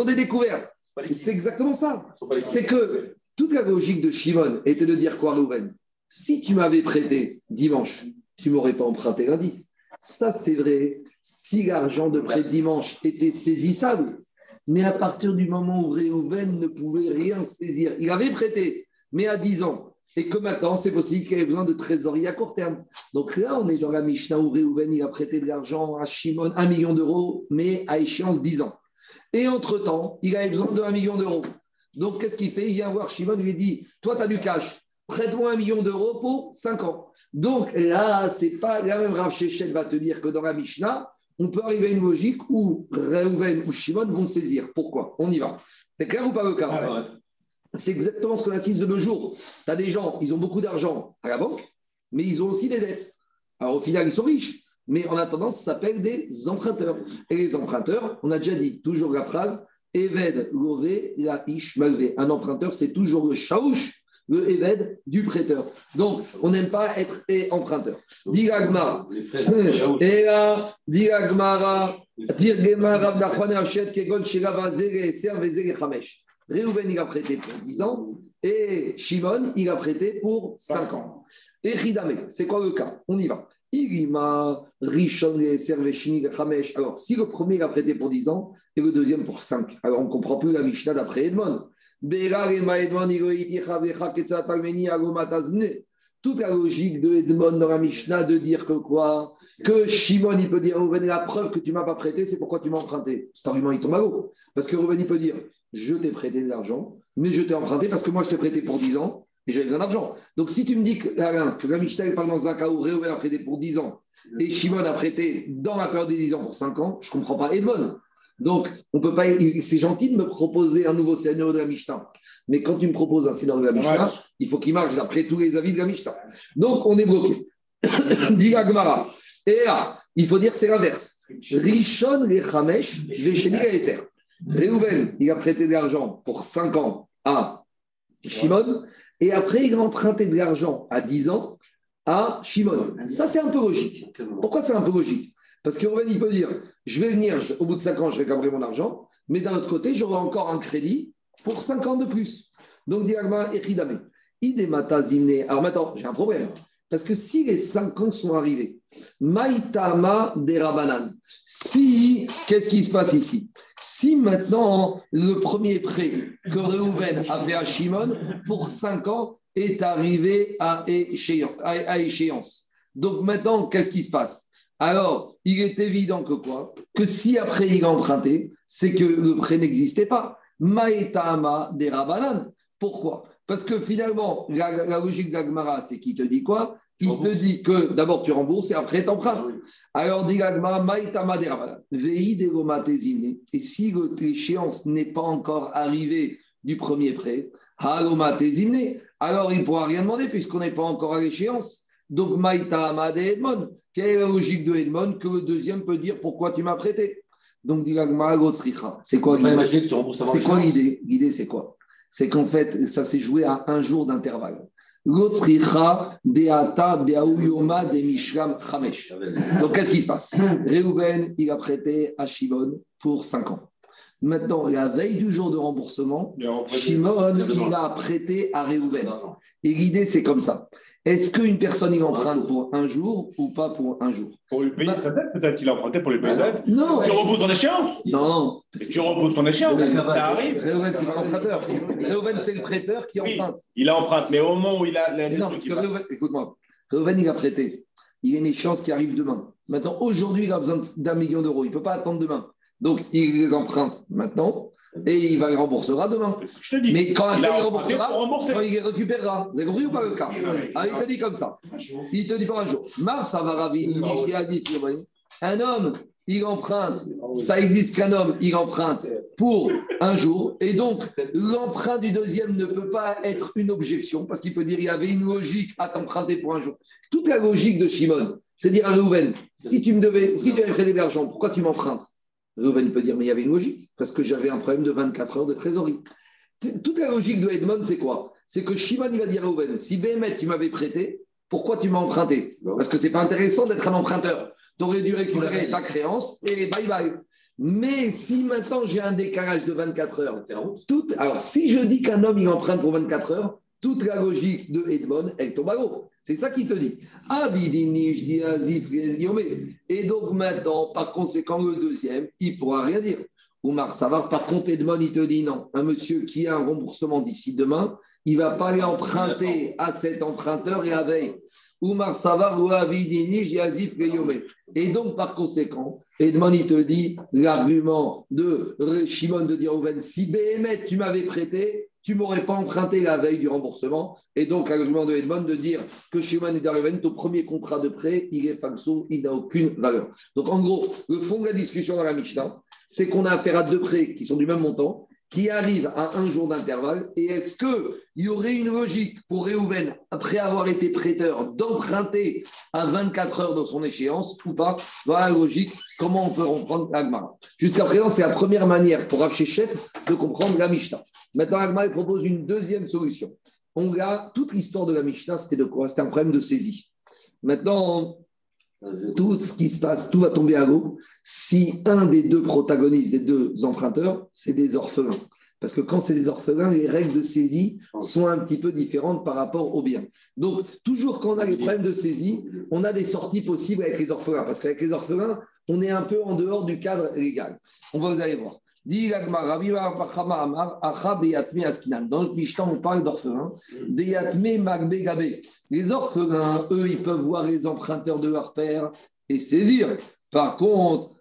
Speaker 1: C'est exactement ça. C'est que toute la logique de Shimon était de dire quoi, Réhouven? Si tu m'avais prêté dimanche, tu ne m'aurais pas emprunté lundi. Ça, c'est vrai si l'argent de prêt dimanche était saisissable. Mais à partir du moment où Réhouven ne pouvait rien saisir, il avait prêté, mais à 10 ans. Et que maintenant, c'est possible qu'il ait besoin de trésorerie à court terme. Donc là, on est dans la Mishnah où Réhouven, il a prêté de l'argent à Shimon, 1 million d'euros, mais à échéance 10 ans. Et entre-temps, il avait besoin de 1 million d'euros. Donc, qu'est-ce qu'il fait? Il vient voir Shimon, il lui dit, toi, tu as du cash, prête-moi 1 million d'euros pour 5 ans. Donc là, c'est pas la même. Rav Shechet va te dire que dans la Mishnah, on peut arriver à une logique où Réhouven ou Shimon vont saisir. Pourquoi? On y va. C'est clair ou pas le cas? C'est exactement ce qu'on assiste de nos jours. Tu as des gens, ils ont beaucoup d'argent à la banque, mais ils ont aussi des dettes. Alors au final, ils sont riches, mais en attendant, ça s'appelle des emprunteurs. Et les emprunteurs, on a déjà dit toujours la phrase Eved lové la ish malvé. Un emprunteur, c'est toujours le shaouch, le Eved du prêteur. Donc, on n'aime pas être emprunteur. Diragma. Et là, Diragmara, Dirgemara, Nachman Hachet, Kegon, Shelavazé, Servezé, Chamesh. Réhouven, il a prêté pour 10 ans et Shimon, il a prêté pour 5 ans. Et Chidame, c'est quoi le cas? On y va. Irima, Rishon, Serveshini, Chamesh. Alors, si le premier il a prêté pour 10 ans et le deuxième pour 5, alors on ne comprend plus la Mishnah d'après Edmond. Toute la logique de Edmond dans la Mishnah de dire que quoi? Que Shimon, il peut dire Réhouven, la preuve que tu ne m'as pas prêté, c'est pourquoi tu m'as emprunté. Cet argument, il tombe à l'eau. Parce que Réhouven, il peut dire je t'ai prêté de l'argent, mais je t'ai emprunté parce que moi, je t'ai prêté pour 10 ans et j'avais besoin d'argent. Donc, si tu me dis que la Mishnah parle dans un cas où Réhouven a prêté pour 10 ans et Shimon a prêté dans la période des 10 ans pour 5 ans, je ne comprends pas Edmond. Donc, on peut pas. C'est gentil de me proposer un nouveau scénario de la Mishnah. Mais quand tu me proposes un scénario de la Mishnah, il faut qu'il marche d'après tous les avis de la Mishnah. Donc, on est bloqué. Dit la Gemara. Et là, il faut dire c'est l'inverse. Rishon les Chamesh, Vesheni les Eser. Réhouven, il a prêté de l'argent pour 5 ans à Shimon. Et après, il a emprunté de l'argent à 10 ans à Shimon. Ça, c'est un peu logique. Pourquoi c'est un peu logique? Parce que Réhouven, il peut dire, je vais venir, au bout de 5 ans, je vais gagner mon argent, mais d'un autre côté, j'aurai encore un crédit pour 5 ans de plus. Donc, Diagma et Chidame. Idemata zimne. Alors maintenant, j'ai un problème. Parce que si les 5 ans sont arrivés, Maïtama des Rabanan, si, qu'est-ce qui se passe ici? Si maintenant, le premier prêt que Réhouven a fait à Shimon pour 5 ans est arrivé à échéance. Donc maintenant, qu'est-ce qui se passe? Alors, il est évident que quoi? Que si après il a emprunté, c'est que le prêt n'existait pas. Maïtama des Rabanan. Pourquoi? Parce que finalement, la logique de la Gemara, c'est qu'il te dit quoi? Il te dit que d'abord tu rembourses et après tu empruntes. Alors, dit la Gemara, Maïtama des Rabanan. Vei de Romate Zimne. Et si l'échéance n'est pas encore arrivée du premier prêt, Haloma Tezimne. Alors, il ne pourra rien demander puisqu'on n'est pas encore à l'échéance. Donc, Maïta Amade Edmon. Quelle est la logique de Edmon que le deuxième peut dire pourquoi tu m'as prêté? Donc, c'est quoi l'idée? C'est quoi l'idée? L'idée, c'est quoi? C'est qu'en fait, ça s'est joué à un jour d'intervalle. Donc, qu'est-ce qui se passe? Réhouven, il a prêté à Shimon pour 5 ans. Maintenant, la veille du jour de remboursement, Shimon, il a prêté à Réhouven. Et l'idée, c'est comme ça. Est-ce qu'une personne, il emprunte pour un jour ou pas pour un jour?
Speaker 4: Pour lui payer sa dette, peut-être qu'il a emprunté pour lui payer sa dette.
Speaker 1: Non.
Speaker 4: Tu repousses ton échéance.
Speaker 1: Non.
Speaker 4: Tu repousses ton échéance. Ça arrive.
Speaker 1: Réhouven, c'est pas l'emprunteur. Réhouven, c'est le prêteur qui emprunte.
Speaker 4: Il emprunte, mais au moment où il a...
Speaker 1: Non, parce que Réhouven, écoute-moi. Réhouven, il a prêté. Il y a une échéance qui arrive demain. Maintenant, aujourd'hui, il a besoin d'1 million d'euros. Il ne peut pas attendre demain. Donc, il les emprunte maintenant et il va les remboursera demain.
Speaker 4: C'est ce que je te dis.
Speaker 1: Mais quand il remboursera,
Speaker 4: rembourser.
Speaker 1: quand il les récupérera. Vous avez compris ou pas le cas? Ah, il te dit comme ça. Il te dit pas un jour. Mars, ça va ravir. Un homme, il emprunte. Ça existe qu'un homme, il emprunte pour un jour. Et donc, l'emprunt du deuxième ne peut pas être une objection parce qu'il peut dire qu'il y avait une logique à t'emprunter pour un jour. Toute la logique de Shimon, c'est dire à Réhouven, si tu avais prêté de l'argent, pourquoi tu m'empruntes? Réhouven peut dire, mais il y avait une logique, parce que j'avais un problème de 24 heures de trésorerie. Toute la logique de Edmond, c'est quoi? C'est que Shimon, il va dire à Réhouven, si Béhémet, tu m'avais prêté, pourquoi tu m'as emprunté? Parce que ce n'est pas intéressant d'être un emprunteur. Tu aurais dû récupérer ta créance et bye bye. Mais si maintenant j'ai un décalage de 24 heures, alors si je dis qu'un homme, il emprunte pour 24 heures, toute la logique de Edmond, elle tombe à l'eau. C'est ça qu'il te dit. Et donc maintenant, par conséquent, le deuxième, il ne pourra rien dire. Oumar Savar, par contre, Edmond, il te dit non. Un monsieur qui a un remboursement d'ici demain, il ne va pas lui emprunter à cet emprunteur et à veille. Oumar Savar, et donc, par conséquent, Edmond, il te dit l'argument de Shimon de dire si Béhémet, tu m'avais prêté, tu ne m'aurais pas emprunté la veille du remboursement. Et donc, l'argument de Edmond de dire que Shimon et Daruven, ton premier contrat de prêt, il est faxo, il n'a aucune valeur. Donc, en gros, le fond de la discussion dans la Mishnah, c'est qu'on a affaire à 2 prêts qui sont du même montant, qui arrivent à un jour d'intervalle. Et est-ce qu'il y aurait une logique pour Réhouven, après avoir été prêteur, d'emprunter à 24 heures dans son échéance ou pas? Voilà la logique. Comment on peut reprendre Agmara? Jusqu'à présent, c'est la première manière pour Rav Shechet de comprendre la Mishnah. Maintenant, Agmara propose une deuxième solution. Toute l'histoire de la Mishnah, c'était de quoi? C'était un problème de saisie. Maintenant, tout ce qui se passe, tout va tomber à l'eau si un des 2 protagonistes, des 2 emprunteurs, c'est des orphelins. Parce que quand c'est des orphelins, les règles de saisie sont un petit peu différentes par rapport aux biens. Donc, toujours quand on a les problèmes de saisie, on a des sorties possibles avec les orphelins. Parce qu'avec les orphelins, on est un peu en dehors du cadre légal. Vous allez voir. Dans le Mishnah, on parle d'orphelins. Les orphelins, eux, ils peuvent voir les emprunteurs de leur père et saisir. Par contre,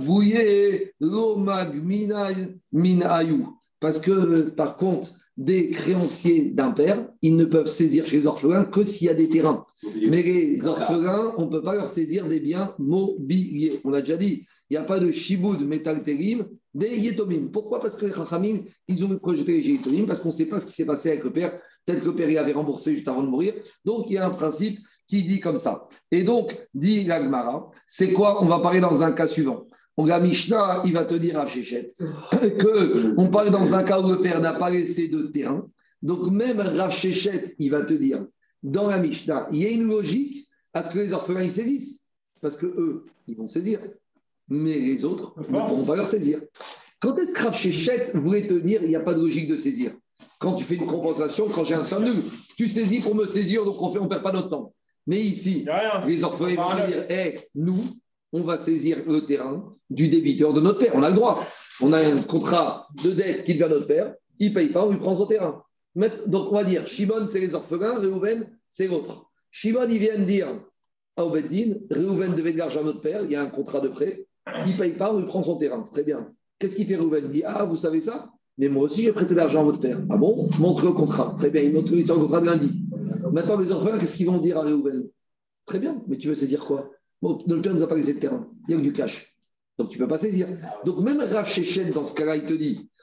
Speaker 1: parce que, par contre, des créanciers d'un père, ils ne peuvent saisir chez les orphelins que s'il y a des terrains. Mais les orphelins, on ne peut pas leur saisir des biens mobiliers. On l'a déjà dit, il n'y a pas de shiboud metal terim des yetomim. Pourquoi? Parce que les chachamim, ils ont projeté les yetomim, parce qu'on ne sait pas ce qui s'est passé avec le père. Peut-être que le père il avait remboursé juste avant de mourir. Donc, il y a un principe qui dit comme ça. Et donc, dit l'Agmara, c'est quoi? On va parler dans un cas suivant. La Mishnah, il va te dire à Shechet qu'on parle dans un cas où le père n'a pas laissé de terrain. Donc, même Rav Shechet, il va te dire, dans la Mishnah, il y a une logique à ce que les orphelins ils saisissent. Parce que eux, ils vont saisir. Mais les autres ne pourront pas leur saisir. Quand est-ce que Rav Shechet voulait te dire il n'y a pas de logique de saisir? Quand tu fais une compensation, quand j'ai un somnul, tu saisis pour me saisir, donc on ne perd pas notre temps. Mais ici, les orphelins vont te dire nous, on va saisir le terrain du débiteur de notre père. On a le droit. On a un contrat de dette qui devient notre père. Il ne paye pas, on lui prend son terrain. Donc, on va dire, Shimon, c'est les orphelins, Réhouven, c'est l'autre. Shimon, il vient de dire à Obeddin, Réhouven devait de l'argent à notre père, il y a un contrat de prêt, il ne paye pas, on lui prend son terrain. Très bien. Qu'est-ce qu'il fait Réhouven? Il dit, vous savez ça? Mais moi aussi, j'ai prêté de l'argent à votre père. Ah bon? Montre le contrat. Très bien, il montre le contrat de lundi. Maintenant, les orphelins, qu'est-ce qu'ils vont dire à Réhouven? Très bien, mais tu veux saisir quoi? Bon, notre père ne nous a pas laissé de terrain. Il y a que du cash. Donc, tu ne peux pas saisir. Donc, même Rav Shechet, dans ce cas-là, il te dit,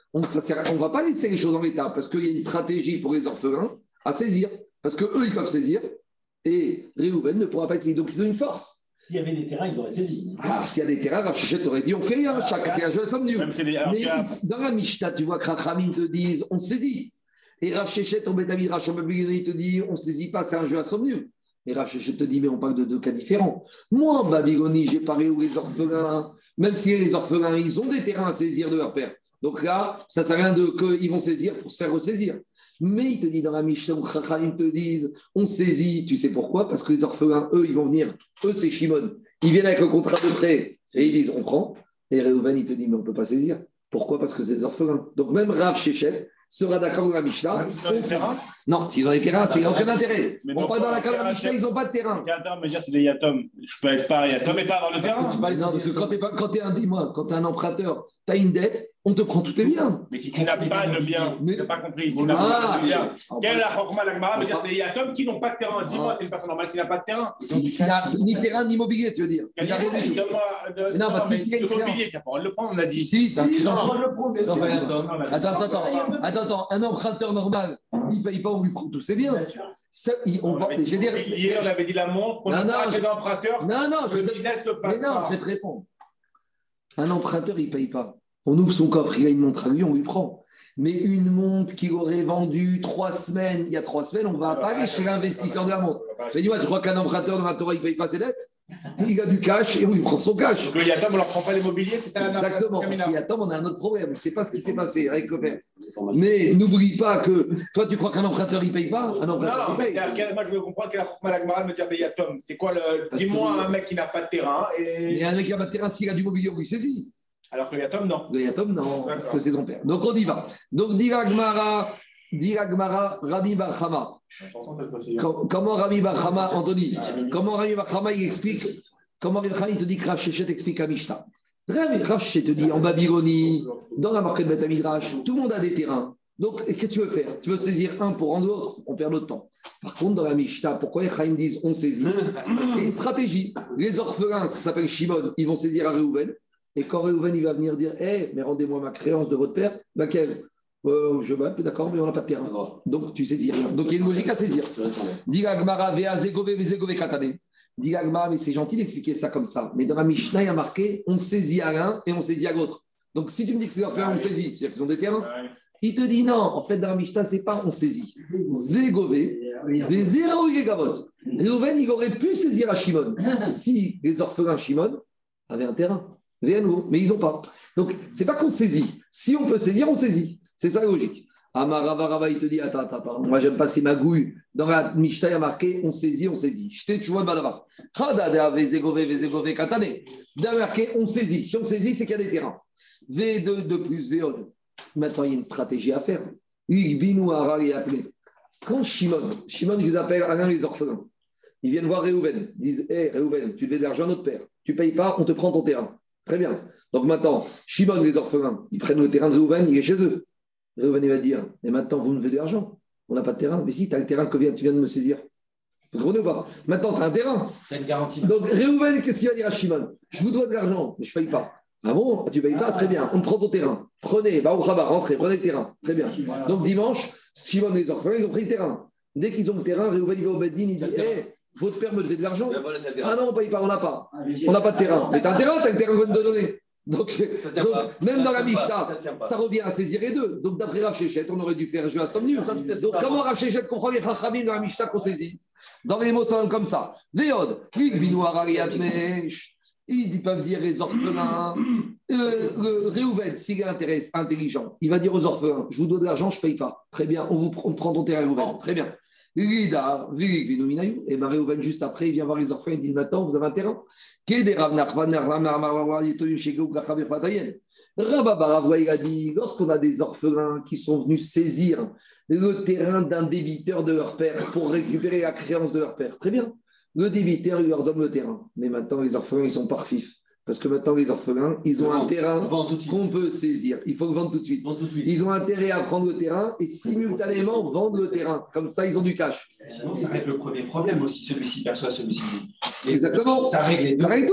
Speaker 1: On ne va pas laisser les choses en l'état parce qu'il y a une stratégie pour les orphelins à saisir. Parce qu'eux, ils peuvent saisir et Réhouven ne pourra pas être saisi. Donc, ils ont une force.
Speaker 5: S'il y avait des terrains, ils auraient saisi.
Speaker 1: Alors, s'il y a des terrains, Rav Shechet aurait dit on fait rien. C'est un jeu à somme nulle. Mais dans la Mishnah, tu vois que Rachamim te disent on saisit. Et Rav Shechet, ton Betamid Racham il te dit on ne saisit pas, c'est un jeu à somme nulle. Et Rav Shechet te dit mais on parle de deux cas différents. Moi, en Babylonie, j'ai parlé où les orphelins, même si les orphelins, ils ont des terrains à saisir de leur père. Donc là, ça ne sert à rien qu'ils vont saisir pour se faire ressaisir. Mais il te dit dans la Mishnah, où Chachamim te disent, on saisit, tu sais pourquoi? Parce que les orphelins, eux, ils vont venir, eux, c'est Shimon. Ils viennent avec le contrat de prêt et ils disent, on prend. Et Réhouven, il te dit, mais on ne peut pas saisir. Pourquoi? Parce que c'est des orphelins. Donc même Rav Shechet sera d'accord dans la Mishnah. Non, s'ils ont des terrains, il n'y a aucun intérêt. On parle dans la cas de la Mishnah, ils n'ont pas de terrain.
Speaker 4: Quel intérêt de me dire c'est des Yatom? Je peux être pas Yatom et pas avoir le terrain.
Speaker 1: Non, parce que quand tu es un emprunteur, tu as une dette, on te prend tous tes biens.
Speaker 4: Mais si tu n'as pas de bien, tu n'as pas compris. Si tu n'as pas de bien, quelle est la Chokma l'Agmara me dire c'est des Yatom qui n'ont pas de terrain? Dis-moi, c'est une personne normale qui n'a pas de terrain.
Speaker 1: Il n'a ni terrain ni immobilier, tu veux dire.
Speaker 4: Il n'a rien du tout.
Speaker 1: Non, parce qu'ici, il y a une
Speaker 4: immobilier, tu n'as pas le prendre, on a dit.
Speaker 1: Si, c'est un
Speaker 5: Attends.
Speaker 1: Attends, un emprunteur normal, il ne paye pas, on lui prend tous ses biens.
Speaker 4: Hier, on avait dit la montre, on a pas des emprunteurs.
Speaker 1: Non, je vais te répondre. Un emprunteur, il ne paye pas. On ouvre son coffre, il a une montre à lui, on lui prend. Mais une montre qu'il aurait vendue 3 semaines, il y a 3 semaines, on ne va pas aller chez l'investisseur de la montre. Mais dis-moi, tu crois qu'un emprunteur dans la Torah, il ne paye pas ses dettes? Il a du cash et on lui prend son cash.
Speaker 4: Donc, il y a Tom, on ne leur prend pas l'immobilier, c'est ça?
Speaker 1: Exactement. Parce qu'il y a Tom, on a un autre problème. Ce n'est pas ce qui s'est passé avec le père. Mais n'oublie pas que toi, tu crois qu'un emprunteur, il ne paye pas? Un emprunteur, il paye.
Speaker 4: Moi, je veux comprendre quelle est la Chokma me dire il y a Tom. C'est quoi le. Dis-moi un mec qui n'a pas de terrain.
Speaker 1: Mais un mec qui n'a pas de terrain, s'il a du mobilier, on lui saisit.
Speaker 4: Alors que Yatom, non.
Speaker 1: Le Yatom, non, parce que c'est son père. Donc on y va. Donc dit Agmara, Rabbi Bar Chama. Comment Rabbi Bar Chama, Anthony, comment Rabbi Bar Chama il explique, comment Rabbi Bar Chama il te dit que Rav Shechet explique la Mishnah. Rav Shechet te dit en Babylonie, dans la marque de Beth Midrash, tout le monde a des terrains. Donc qu'est-ce que tu veux faire? Tu veux saisir un pour rendre l'autre? On perd notre temps. Par contre, dans la Mishnah, pourquoi les Chaim disent on saisit? Parce qu'il y a une stratégie. Les orphelins, ça s'appelle Shimon, ils vont saisir à Réhouven. Et quand Réhouven il va venir dire mais rendez-moi ma créance de votre père, laquelle? Je vais peu d'accord, mais on n'a pas de terrain. Donc tu saisis rien. Donc il y a une logique à saisir. Dis Agmara, Vea Zegove, Vezegove Katane. Dis Agmara, mais c'est gentil d'expliquer ça comme ça. Mais dans la Mishnah, il y a marqué on saisit à l'un et on saisit à l'autre. Donc si tu me dis que c'est orphelin, on saisit, c'est-à-dire qu'ils ont des terrains. Il te dit non, en fait, dans la Mishnah, c'est pas on saisit. Zegove, Vezerao Yegavot. Réhouven, il aurait pu saisir à Shimon si les orphelins Shimon avaient un terrain. Mais ils n'ont pas. Donc, ce n'est pas qu'on saisit. Si on peut saisir, on saisit. C'est ça la logique. Amarava, il te dit attends. Moi, j'aime pas ces magouilles. Dans la Mishnah, il y a marqué on saisit. J'étais, tu vois, Badavar. Vezegove, Katane. Il y a marqué on saisit. Si on saisit, c'est qu'il y a des terrains. V2 plus Véod. Maintenant, il y a une stratégie à faire. Quand Shimon, je les appelle à l'un les orphelins. Ils viennent voir Réhouven. Ils disent Réhouven, tu devais de l'argent à notre père. Tu ne payes pas, on te prend ton terrain. Très bien. Donc maintenant, Shimon, les orphelins, ils prennent le terrain de Réhouven, il est chez eux. Réhouven, il va dire mais maintenant, vous nous devez de l'argent. On n'a pas de terrain. Mais si, tu as le terrain que tu viens de me saisir. Vous comprenez ou pas? Maintenant, tu as un terrain.
Speaker 5: Tu as une garantie.
Speaker 1: Donc Réhouven, qu'est-ce qu'il va dire à Shimon? Je vous dois de l'argent, mais je ne paye pas. Ah bon? Tu ne payes pas? Très bien. On prend ton terrain. Prenez, au Rabat, rentrez, prenez le terrain. Très bien. Donc dimanche, Shimon et les orphelins, ils ont pris le terrain. Dès qu'ils ont le terrain, Réhouven, il va au Beddin, il dit votre père me devait de l'argent. Ah non, on ne paye pas, on n'a pas. On n'a pas de terrain. Mais tu as un terrain, tu as le terrain qu'on te donner. Donc même dans la Mishnah, ça revient à saisir les deux. Donc d'après Rav Shechet, on aurait dû faire un jeu à somme nulle. Donc comment Rav Shechet comprend les Chachamim dans la Mishnah qu'on saisit? Dans les mots, ça donne comme ça. Véod, ils peuvent dire les orphelins. Réhouven, s'il est intelligent, il va dire aux orphelins je vous donne de l'argent, je ne paye pas. Très bien, on prend ton terrain, Réhouven. Très bien. Et Réhouven, juste après, il vient voir les orphelins, il dit maintenant, vous avez un terrain. Rabba il a dit lorsqu'on a des orphelins qui sont venus saisir le terrain d'un débiteur de leur père pour récupérer la créance de leur père, très bien. Le débiteur, il leur donne le terrain. Mais maintenant, les orphelins, ils sont parfifs. Parce que maintenant, les orphelins, ils ont un terrain qu'on peut saisir. Il faut le vendre tout de suite. Ils ont intérêt à prendre le terrain et simultanément vendre le terrain. Comme ça, ils ont du cash.
Speaker 6: Sinon, ça règle le premier problème aussi. Celui-ci perçoit celui-ci.
Speaker 1: Exactement.
Speaker 6: Ça règle
Speaker 1: tout.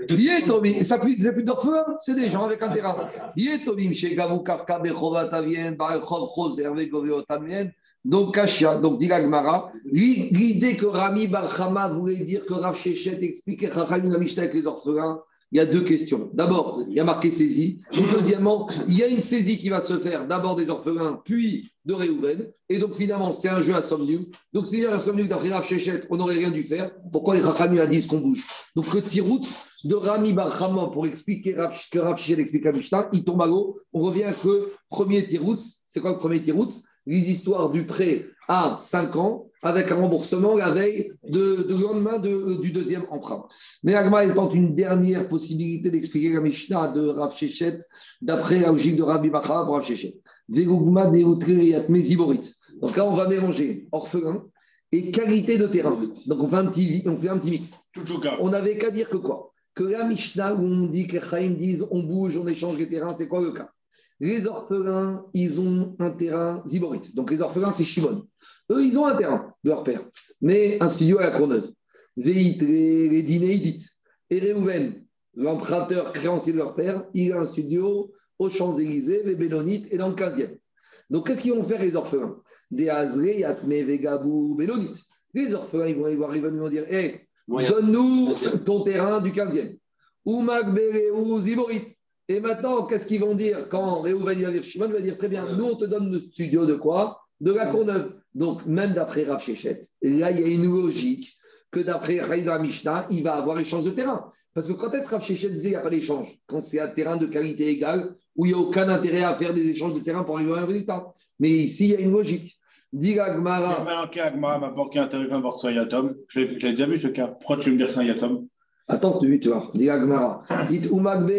Speaker 1: Yetomim, ça c'est plus d'orphelins, c'est des gens avec un terrain. Yetomim, chez Gavou Karka, Bechovat Avien, Barechov, Choser, Vegoveo Tamien. Donc, Kashia, donc dit l'Agmara, l'idée que Rami Barchama voulait dire que Rav Shechet expliquait Chachamim la Mishnah avec les orphelins, il y a deux questions. D'abord, il y a marqué saisie. Et deuxièmement, il y a une saisie qui va se faire d'abord des orphelins, puis de Réhouven. Et donc, finalement, c'est un jeu à somme nulle. Donc, si il y a un somme nulle d'après Rav Shechet, on n'aurait rien dû faire. Pourquoi les Chachamim a dit qu'on bouge? Donc, le tirout de Rami Barchama pour expliquer que Rav Shechet explique la Mishnah, il tombe à l'eau. On revient que premier tirout. C'est quoi le premier tirout? Les histoires du prêt à 5 ans avec un remboursement la veille du lendemain du deuxième emprunt. Mais Agma, il tente une dernière possibilité d'expliquer la Mishnah de Rav Shechet d'après la logique de Rabbi Bachar pour Rav Shechet. Vegugma neutriyat meziborit. Donc là, on va mélanger orphelin et qualité de terrain. Donc on fait un petit mix. On n'avait qu'à dire que quoi? Que la Mishnah où on dit que les Chaim disent on bouge, on échange les terrains, c'est quoi le cas? Les orphelins, ils ont un terrain ziborite. Donc les orphelins, c'est Shimon. Eux, ils ont un terrain de leur père, mais un studio à la Courneuve. Veit, les Dinéidites. Et Réhouven, l'emprunteur créancier de leur père, il a un studio aux Champs-Élysées, les Bélonites et dans le 15e. Donc qu'est-ce qu'ils vont faire les orphelins? Des Azré, Yatme, Vegabou, Bélonites. Les orphelins, ils vont aller voir, ils vont dire hey, donne-nous ton terrain du 15e. Ou Magbele, ou Ziborite. Et maintenant, qu'est-ce qu'ils vont dire quand Réhouven va dire Shimon va dire très bien, nous on te donne le studio de quoi? De la Courneuve. Donc même d'après Rav Shechet, là il y a une logique que d'après Chaim de la Mishnah, il va avoir échange de terrain. Parce que quand est-ce que Rav Shechet disait qu'il n'y a pas d'échange? Quand c'est un terrain de qualité égale, où il n'y a aucun intérêt à faire des échanges de terrain pour arriver à un résultat. Mais ici, il y a une logique. Dit Agmara.
Speaker 4: Il y a un cas, Agmara m'a porté un terrain pour un yatom. J'ai déjà vu ce cas. Pourquoi tu veux me dire que c'est un yatom?
Speaker 1: Attends, tu vois, dit Agmara. Et il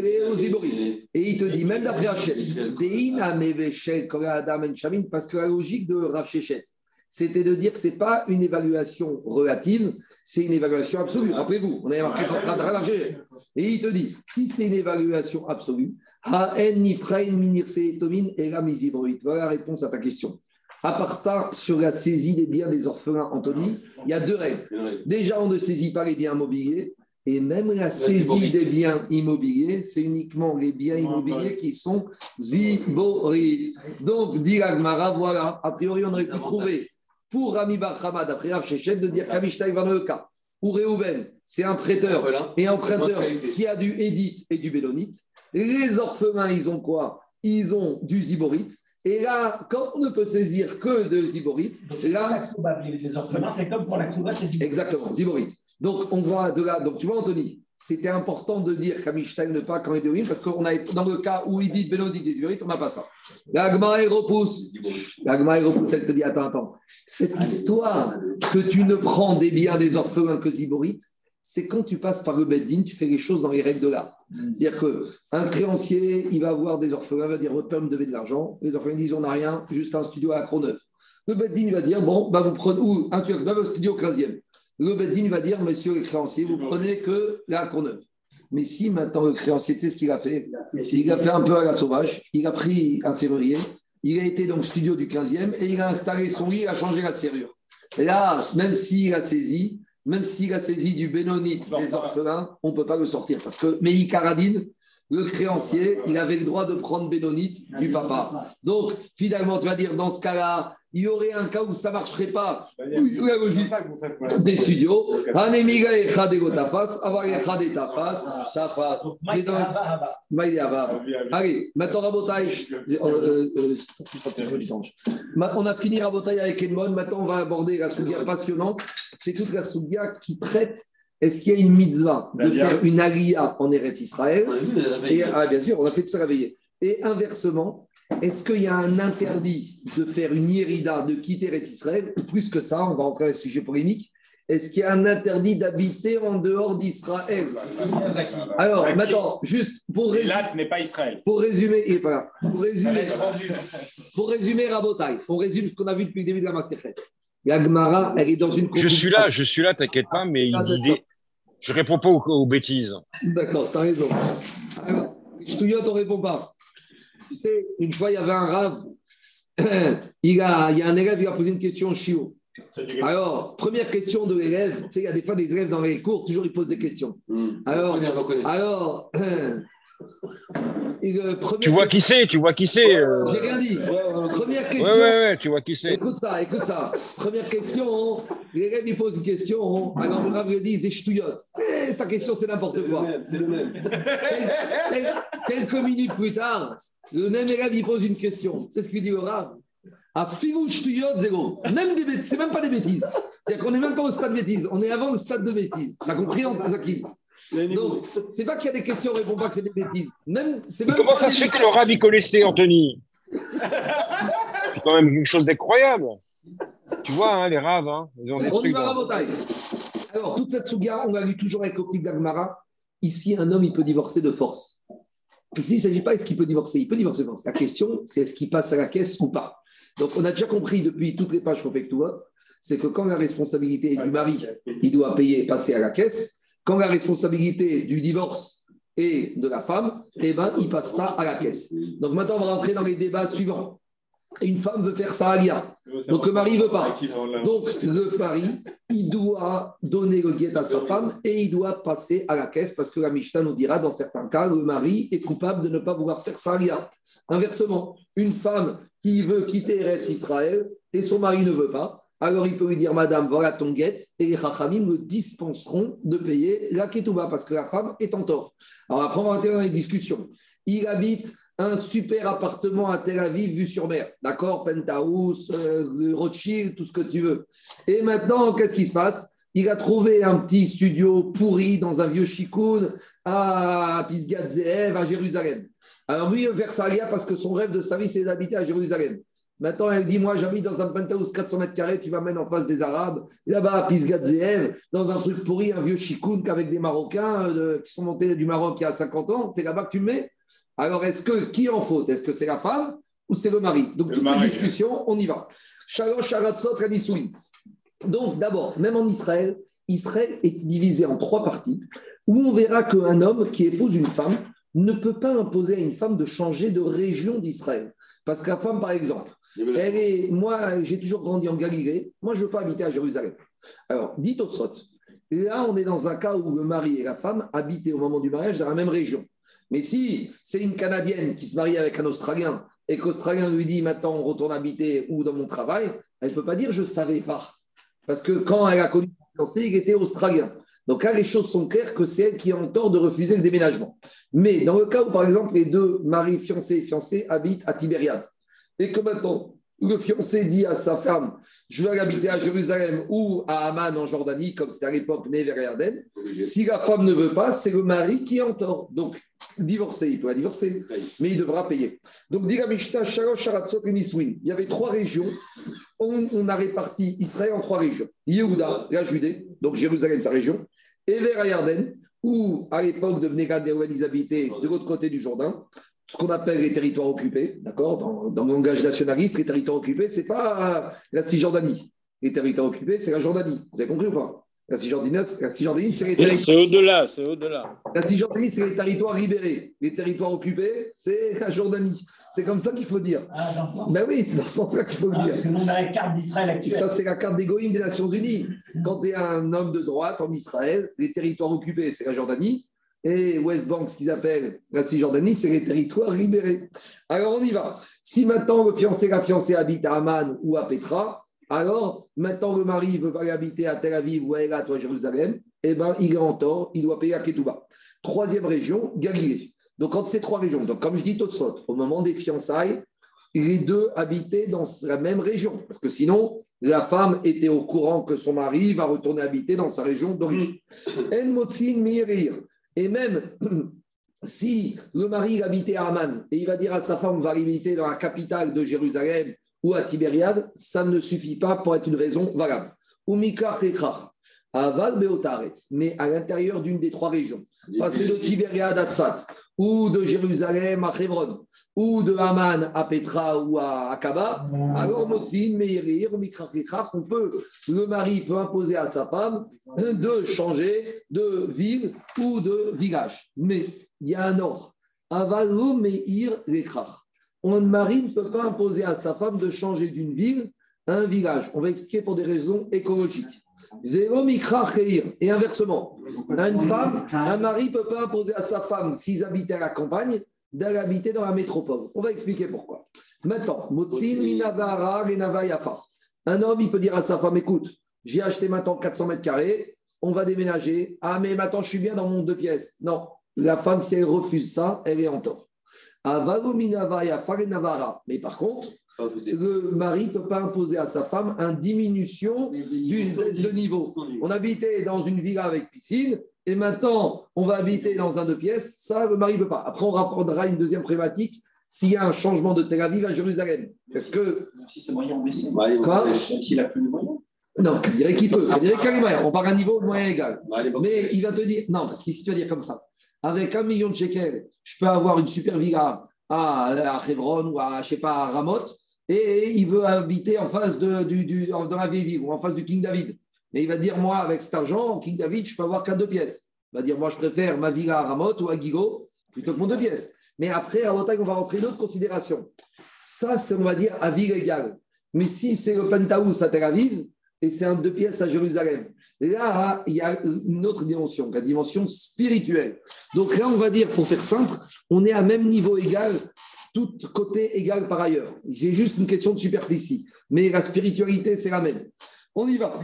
Speaker 1: te dit, même d'après Hachem, parce que la logique de Rav Shechet, c'était de dire que ce n'est pas une évaluation relative, c'est une évaluation absolue. Rappelez-vous, on avait marqué dans le Rav Shechet. Et il te dit, si c'est une évaluation absolue, voilà la réponse à ta question. À part ça, sur la saisie des biens des orphelins, Anthony, il y a deux règles. Déjà, on ne saisit pas les biens immobiliers. Et même la saisie des biens immobiliers, c'est uniquement les biens immobiliers qui sont ziborit. Donc, dit Agmara, voilà, a priori, on aurait pu trouver pour Rami Bar Hamad, après Rav Shechet, de dire qu'Amishtaï va dans le cas. Pour Réhouven, c'est un prêteur et un emprunteur qui a du Édith et du Bélonite. Les orphelins, ils ont quoi? Ils ont du ziborit. Et là, quand on ne peut saisir que de ziborit, là.
Speaker 5: Les orphelins, c'est comme pour la Kouba, c'est ziborit.
Speaker 1: Exactement, ziborit. Donc, on voit de là. Donc, tu vois, Anthony, c'était important de dire qu'Amishtaï ne pas quand il est parce qu'on a dans le cas où il dit Bélonite et ziborit, on n'a pas ça. L'Agma, il repousse. L'Agma, il repousse, elle te dit attends. Cette histoire que tu ne prends des biens des orphelins que ziborit, c'est quand tu passes par le Beddin, tu fais les choses dans les règles de l'art. C'est-à-dire qu'un créancier, il va avoir des orphelins, il va dire votre père me devait de l'argent. Les orphelins disent on n'a rien, juste un studio à la Courneuve. Le Beddin va dire bon, vous prenez ou un studio à la Courneuve, un studio au 15e. Le Beddin va dire monsieur le créancier, vous prenez que la Courneuve. Mais si maintenant le créancier, tu sais ce qu'il a fait? Il a fait un peu à la sauvage, il a pris un serrurier, il a été dans le studio du 15e et il a installé son lit, il a changé la serrure. Et là, même s'il a saisi du Bénonite des orphelins, on ne peut pas le sortir. Parce que Meï Karadine, le créancier, il avait le droit de prendre Bénonite du papa. Donc, finalement, tu vas dire, dans ce cas-là, il y aurait un cas où ça ne marcherait pas. La logique des studios. Allez, maintenant, Rabotaï, on a fini Rabotaï avec Edmond. Maintenant, on va aborder la soudia passionnante. C'est toute la soudia qui traite. Est-ce qu'il y a une mitzvah de faire une aliyah en Eretz Israël? Et, bien sûr, on a fait tout ça la veillée. Et inversement, est-ce qu'il y a un interdit de faire une yérida, de quitter Eretz Israël? Plus que ça, on va rentrer dans le sujet polémique. Est-ce qu'il y a un interdit d'habiter en dehors d'Israël? Alors, maintenant, juste pour résumer.
Speaker 4: Là, ce n'est pas Israël.
Speaker 1: Pour résumer, Rabotai, on résume ce qu'on a vu depuis le début de la Masechet. La Gemara, elle est dans une.
Speaker 2: Je suis là, t'inquiète pas, mais je ne réponds pas aux bêtises.
Speaker 1: D'accord, tu as raison. Alors, je te dis, on ne répond pas. Tu sais, une fois, il y avait un rave, il y a un élève, il a posé une question au chiot. Alors, première question de l'élève. Tu sais, il y a des fois des élèves dans les cours, toujours ils posent des questions. Alors,
Speaker 2: tu vois qui c'est.
Speaker 1: J'ai rien dit. Première question.
Speaker 2: Ouais, tu vois qui c'est.
Speaker 1: Écoute ça. Première question. L'élève, il pose une question. Alors, le Rav lui dit, c'est ch'touillot. Ta question, c'est n'importe quoi.
Speaker 3: C'est le même.
Speaker 1: Quelques minutes plus tard, le même élève, il pose une question. C'est ce qu'il dit au Rav. À Filou ch'touillot, zéro. C'est même pas des bêtises. C'est-à-dire qu'on n'est même pas au stade de bêtises. On est avant le stade de bêtises. Tu as compris, Zaki? Donc, c'est pas qu'il y a des questions, on ne répond pas que c'est des bêtises.
Speaker 2: Comment ça se fait que le Rav y connaissait, Anthony? C'est quand même quelque chose d'incroyable. Tu vois, hein, les Raves, ils ont des
Speaker 1: on
Speaker 2: trucs.
Speaker 1: Y va, Rabotai. Alors, toute cette souga, on l'a lu toujours avec l'optique d'Agmara. Ici, un homme, il peut divorcer de force. Ici, il ne s'agit pas est-ce qu'il peut divorcer. Il peut divorcer de force. La question, c'est est-ce qu'il passe à la caisse ou pas. Donc, on a déjà compris depuis toutes les pages qu'on fait que tout vote, c'est que quand la responsabilité est du mari, il doit passer à la caisse. Quand la responsabilité du divorce est de la femme, il passera à la caisse. Donc maintenant, on va rentrer dans les débats suivants. Une femme veut faire sa alia. Donc le mari ne veut pas. Donc le mari, il doit donner le guet à sa femme et il doit passer à la caisse parce que la Mishnah nous dira, dans certains cas, le mari est coupable de ne pas vouloir faire sa alia. Inversement, une femme qui veut quitter Eretz Israël et son mari ne veut pas, alors il peut lui dire, madame, voilà ton guet, et les Chachamim me dispenseront de payer la ketouba, parce que la femme est en tort. Alors après, on va entrer dans les discussions. Il habite un super appartement à Tel Aviv, vue sur mer, d'accord, penthouse, Rothschild, tout ce que tu veux. Et maintenant, qu'est-ce qui se passe? Il a trouvé un petit studio pourri dans un vieux chikoun à Pisgat Ze'ev, à Jérusalem. Alors lui, il veut faire ça parce que son rêve de sa vie, c'est d'habiter à Jérusalem. Maintenant, elle dit, moi, j'habite dans un penthouse 400 mètres carrés, tu m'amènes en face des Arabes, là-bas à Pisgat Ze'ev, dans un truc pourri, un vieux chikoun avec des Marocains qui sont montés du Maroc il y a 50 ans, c'est là-bas que tu me mets. Alors, qui en faute? Est-ce que c'est la femme ou c'est le mari? Donc, toutes ces discussions, on y va. Shalosh Sharatzot Ranisoui. Donc, d'abord, même en Israël, Israël est divisé en 3 parties, où on verra qu'un homme qui épouse une femme ne peut pas imposer à une femme de changer de région d'Israël. Parce que la femme, par exemple, moi, j'ai toujours grandi en Galilée. Moi, je ne veux pas habiter à Jérusalem. Alors, dites au Sot. Là, on est dans un cas où le mari et la femme habitaient au moment du mariage dans la même région. Mais si c'est une Canadienne qui se marie avec un Australien et qu'Australien lui dit maintenant on retourne habiter ou dans mon travail, elle ne peut pas dire je ne savais pas. Parce que quand elle a connu son fiancé, il était Australien. Donc là, les choses sont claires que c'est elle qui est en tort de refuser le déménagement. Mais dans le cas où, par exemple, les deux maris, fiancés et fiancées habitent à Tibériade, et que maintenant, le fiancé dit à sa femme, je vais aller habiter à Jérusalem ou à Amman en Jordanie, comme c'était à l'époque, mais vers Yarden. Si la femme ne veut pas, c'est le mari qui est en tort. Donc, divorcer, il peut la divorcer, mais il devra payer. Donc, dit la Mishnah, Shalosh Sharatzot et Niswin. Il y avait 3 régions. On a réparti Israël en 3 régions. Yehuda, la Judée, donc Jérusalem, sa région, et vers Yarden, où à l'époque de Bnei-Gad, ils habitaient de l'autre côté du Jourdain. Ce qu'on appelle les territoires occupés, d'accord, dans le langage nationaliste, les territoires occupés, ce n'est pas la Cisjordanie. Les territoires occupés, c'est la Jordanie. Vous avez compris ou pas? La Cisjordanie, c'est les territoires.
Speaker 2: C'est au-delà.
Speaker 1: La Cisjordanie, c'est les territoires libérés. Les territoires occupés, c'est la Jordanie. C'est comme ça qu'il faut dire.
Speaker 5: Ah, dans ce sens.
Speaker 1: Ben oui, c'est dans ce sens-là qu'il faut le dire.
Speaker 5: Parce que nous, on a la carte d'Israël actuelle.
Speaker 1: Ça, c'est la carte des Goïms des Nations Unies. Quand tu es un homme de droite en Israël, les territoires occupés, c'est la Jordanie. Et West Bank, ce qu'ils appellent la Cisjordanie, c'est les territoires libérés. Alors, on y va. Si maintenant le fiancé, la fiancée habite à Amman ou à Petra, alors maintenant le mari veut aller habiter à Tel Aviv ou à Jérusalem, eh bien, il est en tort, il doit payer à Ketouba. 3e région, Galilée. Donc, entre ces 3 régions, donc, comme je dis Tosfot, au moment des fiançailles, les deux habitaient dans la même région. Parce que sinon, la femme était au courant que son mari va retourner habiter dans sa région d'origine. En Motzin Meir. Et même si le mari habitait à Amman et il va dire à sa femme va habiter dans la capitale de Jérusalem ou à Tibériade, ça ne suffit pas pour être une raison valable. Ou Mikar Kekrach, Aval Beotaretz, mais à l'intérieur d'une des 3 régions, passer de Tibériade à Tzfat, ou de Jérusalem à Hebron, ou de Amman à Petra ou à Akaba, alors Motzin, Meirir, Mikar Kekrach, le mari peut imposer à sa femme de changer de ville ou de village. Mais il y a un ordre. Avalo Meir Lekrach. Un mari ne peut pas imposer à sa femme de changer d'une ville un village. On va expliquer pour des raisons écologiques. Zéro mikra kheir. Et inversement, une femme, un mari ne peut pas imposer à sa femme, s'ils habitaient à la campagne, d'aller habiter dans la métropole. On va expliquer pourquoi. Maintenant, Motsin Minavara Renava Yafa. Un homme, il peut dire à sa femme, écoute, j'ai acheté maintenant 400 mètres carrés, on va déménager. Ah, mais maintenant, je suis bien dans mon 2 pièces. Non, la femme, si elle refuse ça, elle est en tort. Mais par contre, le mari ne peut pas imposer à sa femme une diminution de niveau. On habitait dans une villa avec piscine et maintenant on va habiter dans un 2 pièces. Ça, le mari ne peut pas. Après, on rapprendra une deuxième problématique s'il y a un changement de Tel Aviv à Jérusalem. Est-ce que.
Speaker 5: Même si c'est moyen, on essaie.
Speaker 1: Quoi ?
Speaker 5: Même s'il a plus de moyens.
Speaker 1: Non, je dirais qu'il peut. Je dirais qu'il y a les moyens. On part à un niveau de moyen égal. Mais il va te dire. Non, parce que si tu vas dire comme ça, avec 1 million de shekels, je peux avoir une super villa à Hebron ou à, je sais pas, à Ramoth. Et il veut habiter en face dans la vieille ville ou en face du King David. Mais il va dire, moi, avec cet argent, King David, je peux avoir qu'un 2 pièces. Il va dire, moi, je préfère ma villa à Ramoth ou à Gigo plutôt que mon 2 pièces. Mais après, à Rotaï, on va rentrer une autre considération. Ça, c'est, on va dire, à ville égale. Mais si c'est le penthouse à Tel Aviv et c'est un 2 pièces à Jérusalem, là, il y a une autre dimension, la dimension spirituelle. Donc là, on va dire, pour faire simple, on est à même niveau égal, tout côté égal par ailleurs. J'ai juste une question de superficie. Mais la spiritualité, c'est la même. On y va.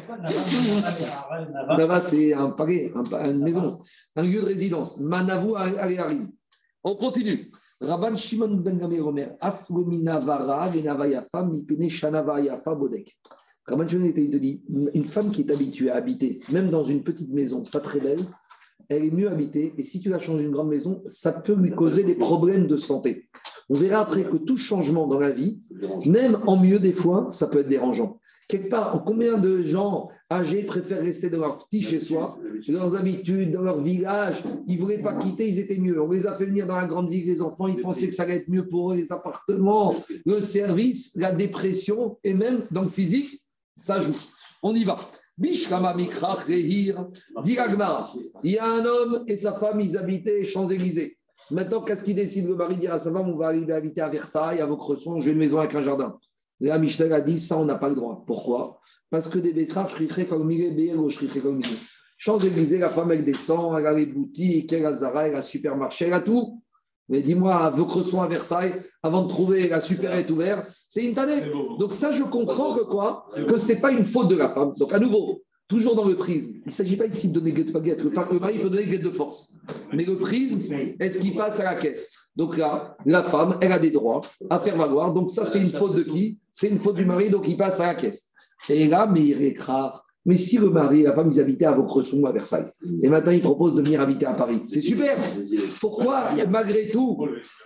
Speaker 1: Nava, c'est un palais, une maison, un lieu de résidence. Manavou Aléarim. On continue. Rabban Shimon ben Gamliel Omer, Aflomina Vara, Venava Yafa, Mipene Shanava Yafa Bodek. Rabban Shimon te dit, une femme qui est habituée à habiter, même dans une petite maison pas très belle, elle est mieux habitée. Et si tu la changes d'une grande maison, ça peut lui causer des problèmes de santé. On verra après que tout changement dans la vie, même en mieux des fois, ça peut être dérangeant. Quelque part, combien de gens âgés préfèrent rester dans leur petit chez soi, dans leurs habitudes, dans leur village, ils ne voulaient pas quitter, ils étaient mieux. On les a fait venir dans la grande ville, les enfants, ils pensaient que ça allait être mieux pour eux, les appartements, le service, la dépression, et même dans le physique, ça joue. On y va. Bishrama Mikrach Rehir, dit Agmara. Il y a un homme et sa femme, ils habitaient Champs-Élysées. Maintenant, qu'est-ce qu'il décide? Le mari dit à sa femme, on va aller habiter à Versailles, à Vaucresson, j'ai une maison avec un jardin. Là, Michel a dit, ça, on n'a pas le droit. Pourquoi? Parce que des betteraves, je richerai comme Miguel, ou je richerai comme Miguel. Champs-Élysées, la femme, elle descend, elle a les boutiques, elle a Zara, elle a le supermarché, elle a tout. Mais dis-moi, à Vaucresson, à Versailles, avant de trouver la supérette ouverte, c'est une tannée. Donc ça, je comprends que quoi? Que ce n'est pas une faute de la femme. Donc à nouveau, toujours dans le prisme, il ne s'agit pas ici de donner guette pas guette. Le mari, il faut donner guette de force. Mais le prisme, est-ce qu'il passe à la caisse? Donc là, la femme, elle a des droits à faire valoir. Donc ça, c'est une faute de qui? C'est une faute du mari, donc il passe à la caisse. Et là, mais il est rare. Mais si le mari et la femme, ils habitaient à Vaucresson ou à Versailles, et maintenant ils proposent de venir habiter à Paris, c'est super. Pourquoi, malgré tout,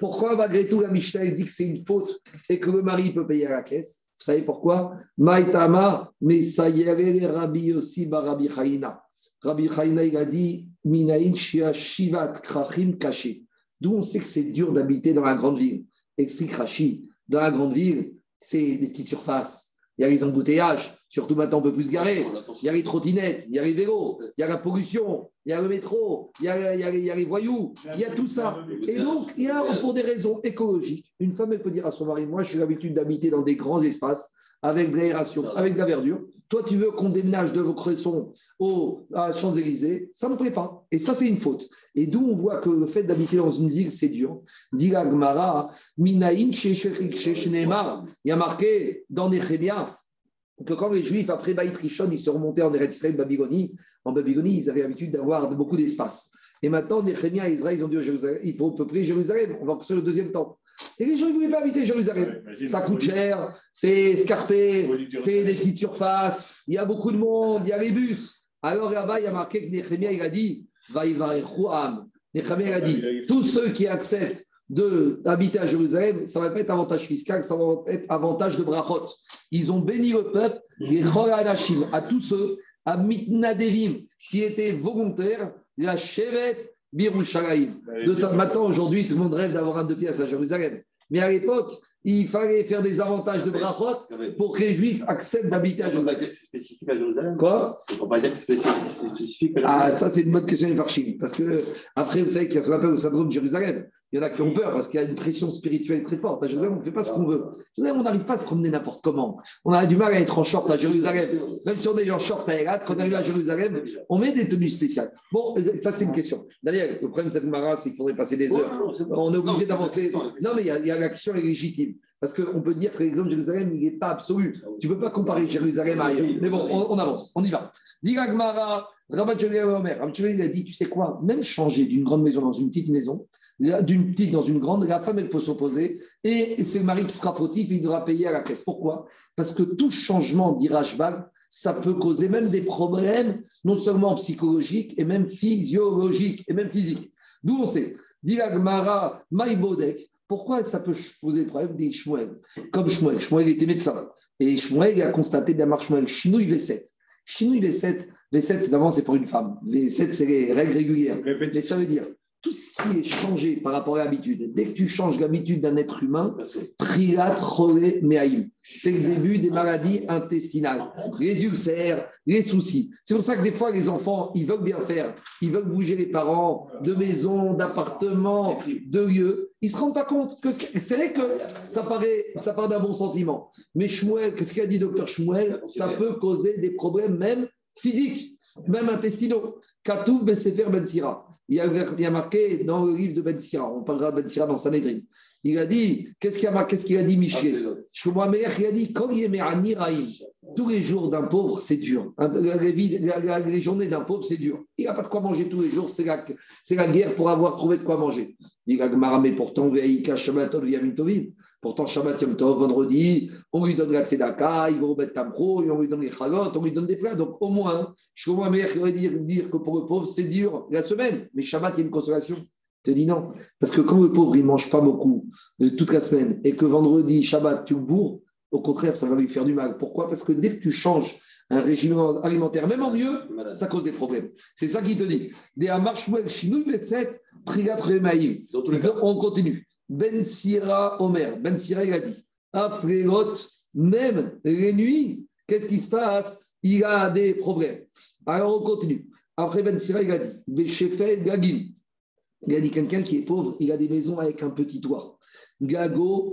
Speaker 1: la Mishnah dit que c'est une faute et que le mari peut payer à la caisse? Vous savez pourquoi? Maïtama, mais ça y est, Rabbi aussi, Rabbi Chaïna. Rabbi Chaïna, il a dit, Minaïn Shivat Krachim Kaché. D'où on sait que c'est dur d'habiter dans la grande ville. Explique Rachi, dans la grande ville, c'est des petites surfaces. Il y a les embouteillages, surtout maintenant on ne peut plus se garer. Il y a les trottinettes, il y a les vélos, il y a la pollution, il y a le métro, il y a les voyous, il y a tout ça. Et donc, il y a, pour des raisons écologiques, une femme elle peut dire à son mari, moi j'ai l'habitude d'habiter dans des grands espaces, avec de l'aération, avec de la verdure. Toi, tu veux qu'on déménage de Vaucresson à Champs-Élysées, ça ne me plaît pas. Et ça, c'est une faute. Et d'où on voit que le fait d'habiter dans une ville, c'est dur. Dit la Gemara, Minaïn Shechnema, il y a marqué dans Néhémia que quand les Juifs, après Baït Rishon, ils sont remontés en Eretz Israël, Babylonie, en Babylonie, ils avaient l'habitude d'avoir beaucoup d'espace. Et maintenant, Néhémia et Israël, ils ont dit il faut peupler Jérusalem, on va construire le deuxième temple. Et les gens ne voulaient pas habiter Jérusalem. Ça coûte cher, c'est escarpé, c'est des petites surfaces, il y a beaucoup de monde, il y a les bus. Alors là-bas, il y a marqué que Néhémia, il a dit, Néhémia, il a dit, tous ceux qui acceptent d'habiter à Jérusalem, ça ne va pas être avantage fiscal, ça va être avantage de brachot. Ils ont béni le peuple, les Chol Anashim, à tous ceux, à Mitnadevim, qui étaient volontaires, la Shevet Birushalayim. De ça, maintenant, aujourd'hui, tout le monde rêve d'avoir un 2 pièces à Jérusalem. Mais à l'époque, il fallait faire des avantages de brachot pour que les Juifs acceptent d'habiter à Jérusalem.
Speaker 3: C'est spécifique à Jérusalem?
Speaker 1: Quoi?
Speaker 3: C'est pour pas dire que c'est spécifique à Jérusalem.
Speaker 1: Ah, ça, c'est une bonne question de Farchim. Parce que, après, vous savez qu'il y a ce qu'on appelle le syndrome de Jérusalem. Il y en a qui ont peur parce qu'il y a une pression spirituelle très forte. À Jérusalem, on ne fait pas ce qu'on veut. À Jérusalem, on n'arrive pas à se promener n'importe comment. On a du mal à être en short à Jérusalem. Même si on est en short à Elat, quand on arrive à Jérusalem, on met des tenues spéciales. Bon, ça, c'est une question. D'ailleurs, le problème de cette mara, c'est qu'il faudrait passer des heures. On est obligé d'avancer. Non, mais il y a la question est légitime. Parce qu'on peut dire que l'exemple de Jérusalem, il n'est pas absolu. Tu ne peux pas comparer Jérusalem à ailleurs. Mais bon, on avance, on y va. Diragmara, Rabat Omer. Il a dit, tu sais quoi, même changer d'une grande maison dans une petite maison, d'une petite dans une grande, la femme, elle peut s'opposer et c'est le mari qui sera fautif, il devra payer à la caisse. Pourquoi? Parce que tout changement d'Irashbal, ça peut causer même des problèmes, non seulement psychologiques, et même physiologiques, et même physiques. D'où on sait, Diragmara, Maïbodek. Pourquoi ça peut poser des problèmes des Shmuel? Comme Shmuel. Shmuel était médecin. Et Shmuel a constaté de la marche Shmuel, Shinouï V7. Shinouï V7, V7 d'avant c'est pour une femme. V7 c'est les règles régulières. Mais ça veut dire, tout ce qui est changé par rapport à l'habitude, dès que tu changes l'habitude d'un être humain, trilat choré meaïm. C'est le début des maladies intestinales, les ulcères, les soucis. C'est pour ça que des fois, les enfants, ils veulent bien faire, ils veulent bouger les parents de maison, d'appartement, de lieu. Ils ne se rendent pas compte que c'est vrai que ça part d'un bon sentiment. Mais Shmuel, qu'est-ce qu'a dit docteur Shmuel? Ça peut causer des problèmes même physiques, même intestinaux. Katoub Bessefer Ben Sira. Il y a marqué dans le livre de Ben Sira, on parlera de Ben Sira dans Sanhedrin. Il a dit, qu'est-ce qu'il a dit Michel? Il a dit, tous les jours d'un pauvre, c'est dur. Les journées d'un pauvre, c'est dur. Il n'a pas de quoi manger tous les jours, c'est la guerre pour avoir trouvé de quoi manger. Il a mais pourtant, pourtant, Shabbat Yom Tov, vendredi, on lui donne la tzedaka, il va au Bet Tamro, on lui donne les chalotes, on lui donne des plats. Donc, au moins, je comprends meilleur dire que pour le pauvre, c'est dur la semaine. Mais Shabbat, il y a une consolation. Je te dis non. Parce que quand le pauvre, il ne mange pas beaucoup toute la semaine et que vendredi, Shabbat, tu le bourres, au contraire, ça va lui faire du mal. Pourquoi? Parce que dès que tu changes un régime alimentaire, même en mieux, ça cause des problèmes. C'est ça qu'il te dit. On continue. Ben Sira Omer. Ben Sira, il a dit Afrelot, même les nuits, qu'est-ce qui se passe? Il a des problèmes. Alors on continue. Après Ben Sira, il a dit Béchefel Gagim. Il a dit quelqu'un qui est pauvre, il a des maisons avec un petit toit. Gago,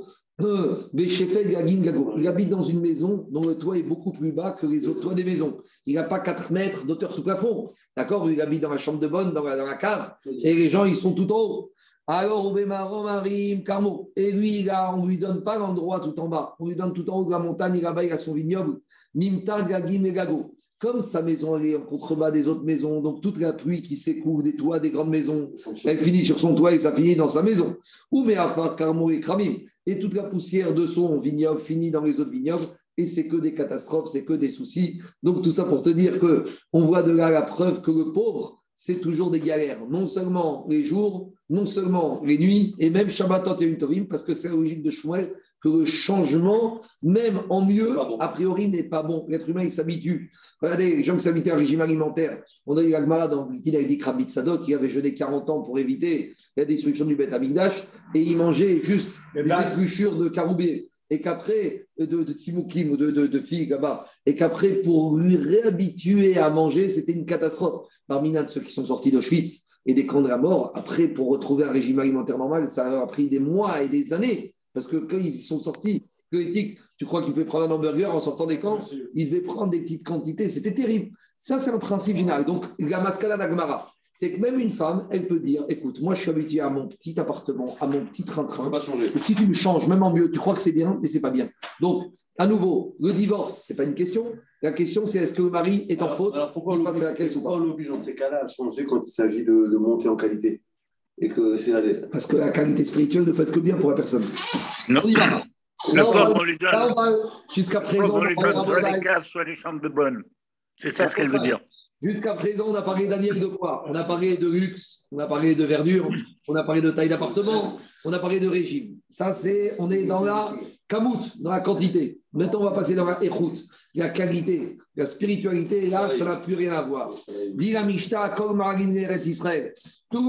Speaker 1: Béchefel Gagim Gago. Il habite dans une maison dont le toit est beaucoup plus bas que les autres toits des maisons. Il n'a pas 4 mètres d'auteur sous plafond. D'accord? Il habite dans la chambre de bonne, dans la cave. Et les gens, ils sont tout en haut. Alors, Marim, Carmo. Et lui, on ne lui donne pas l'endroit tout en bas. On lui donne tout en haut de la montagne. Là-bas, il a son vignoble. Mimta Gagim et Gago. Comme sa maison elle est en contrebas des autres maisons, donc toute la pluie qui s'écoule des toits des grandes maisons, elle finit sur son toit et ça finit dans sa maison. Ou Meafar, Carmo et Kramim. Et toute la poussière de son vignoble finit dans les autres vignobles. Et c'est que des catastrophes, c'est que des soucis. Donc tout ça pour te dire qu'on voit de là la preuve que le pauvre, c'est toujours des galères. Non seulement les jours, non seulement les nuits, et même Shabbatot et Yom Tovim, parce que c'est la logique de Shmuel, que le changement, même en mieux, a priori, n'est pas bon. L'être humain, il s'habitue. Regardez, les gens qui s'habituent à un régime alimentaire. On a eu l'Agmara dans il avait dit Rabbi Tzadok, qui avait jeûné 40 ans pour éviter la destruction du Beth Amikdash, et il mangeait juste des épluchures de caroubier. Et qu'après, de tzimoukim, de figues là-bas, et qu'après, pour lui réhabituer à manger, c'était une catastrophe. Parmi ceux qui sont sortis d'Auschwitz et des camps de la mort, après, pour retrouver un régime alimentaire normal, ça a pris des mois et des années. Parce que quand ils sont sortis, l'éthique, tu crois qu'il pouvait prendre un hamburger en sortant des camps? Il devait prendre des petites quantités. C'était terrible. Ça, c'est un principe général. Donc, la mascala d'Agmara, c'est que même une femme, elle peut dire, écoute, moi, je suis habituée à mon petit appartement, à mon petit train-train. Et si tu me changes, même en mieux, tu crois que c'est bien, mais c'est pas bien. Donc, à nouveau, le divorce, c'est pas une question. La question, c'est est-ce que le mari est en faute?
Speaker 3: Alors pourquoi on l'oblige dans ces cas-là à changer quand il s'agit de monter en qualité? Et que c'est
Speaker 1: parce que la qualité spirituelle ne fait que bien pour la personne.
Speaker 6: Non.
Speaker 1: On y va.
Speaker 6: Le pauvre, on lui donne.
Speaker 1: Jusqu'à présent,
Speaker 6: on lui donne soit les caves, soit les chambres de bonne. C'est ça ce qu'elle veut dire.
Speaker 1: Jusqu'à présent, on a parlé, Daniel, de quoi? On a parlé de luxe, on a parlé de verdure, on a parlé de taille d'appartement, on a parlé de régime. Ça, on est dans la kamout, dans la quantité. Maintenant, on va passer dans la échoute, la qualité, la spiritualité. Là, ça n'a plus rien à voir. Dit la Mishnah, comme Israël. Tout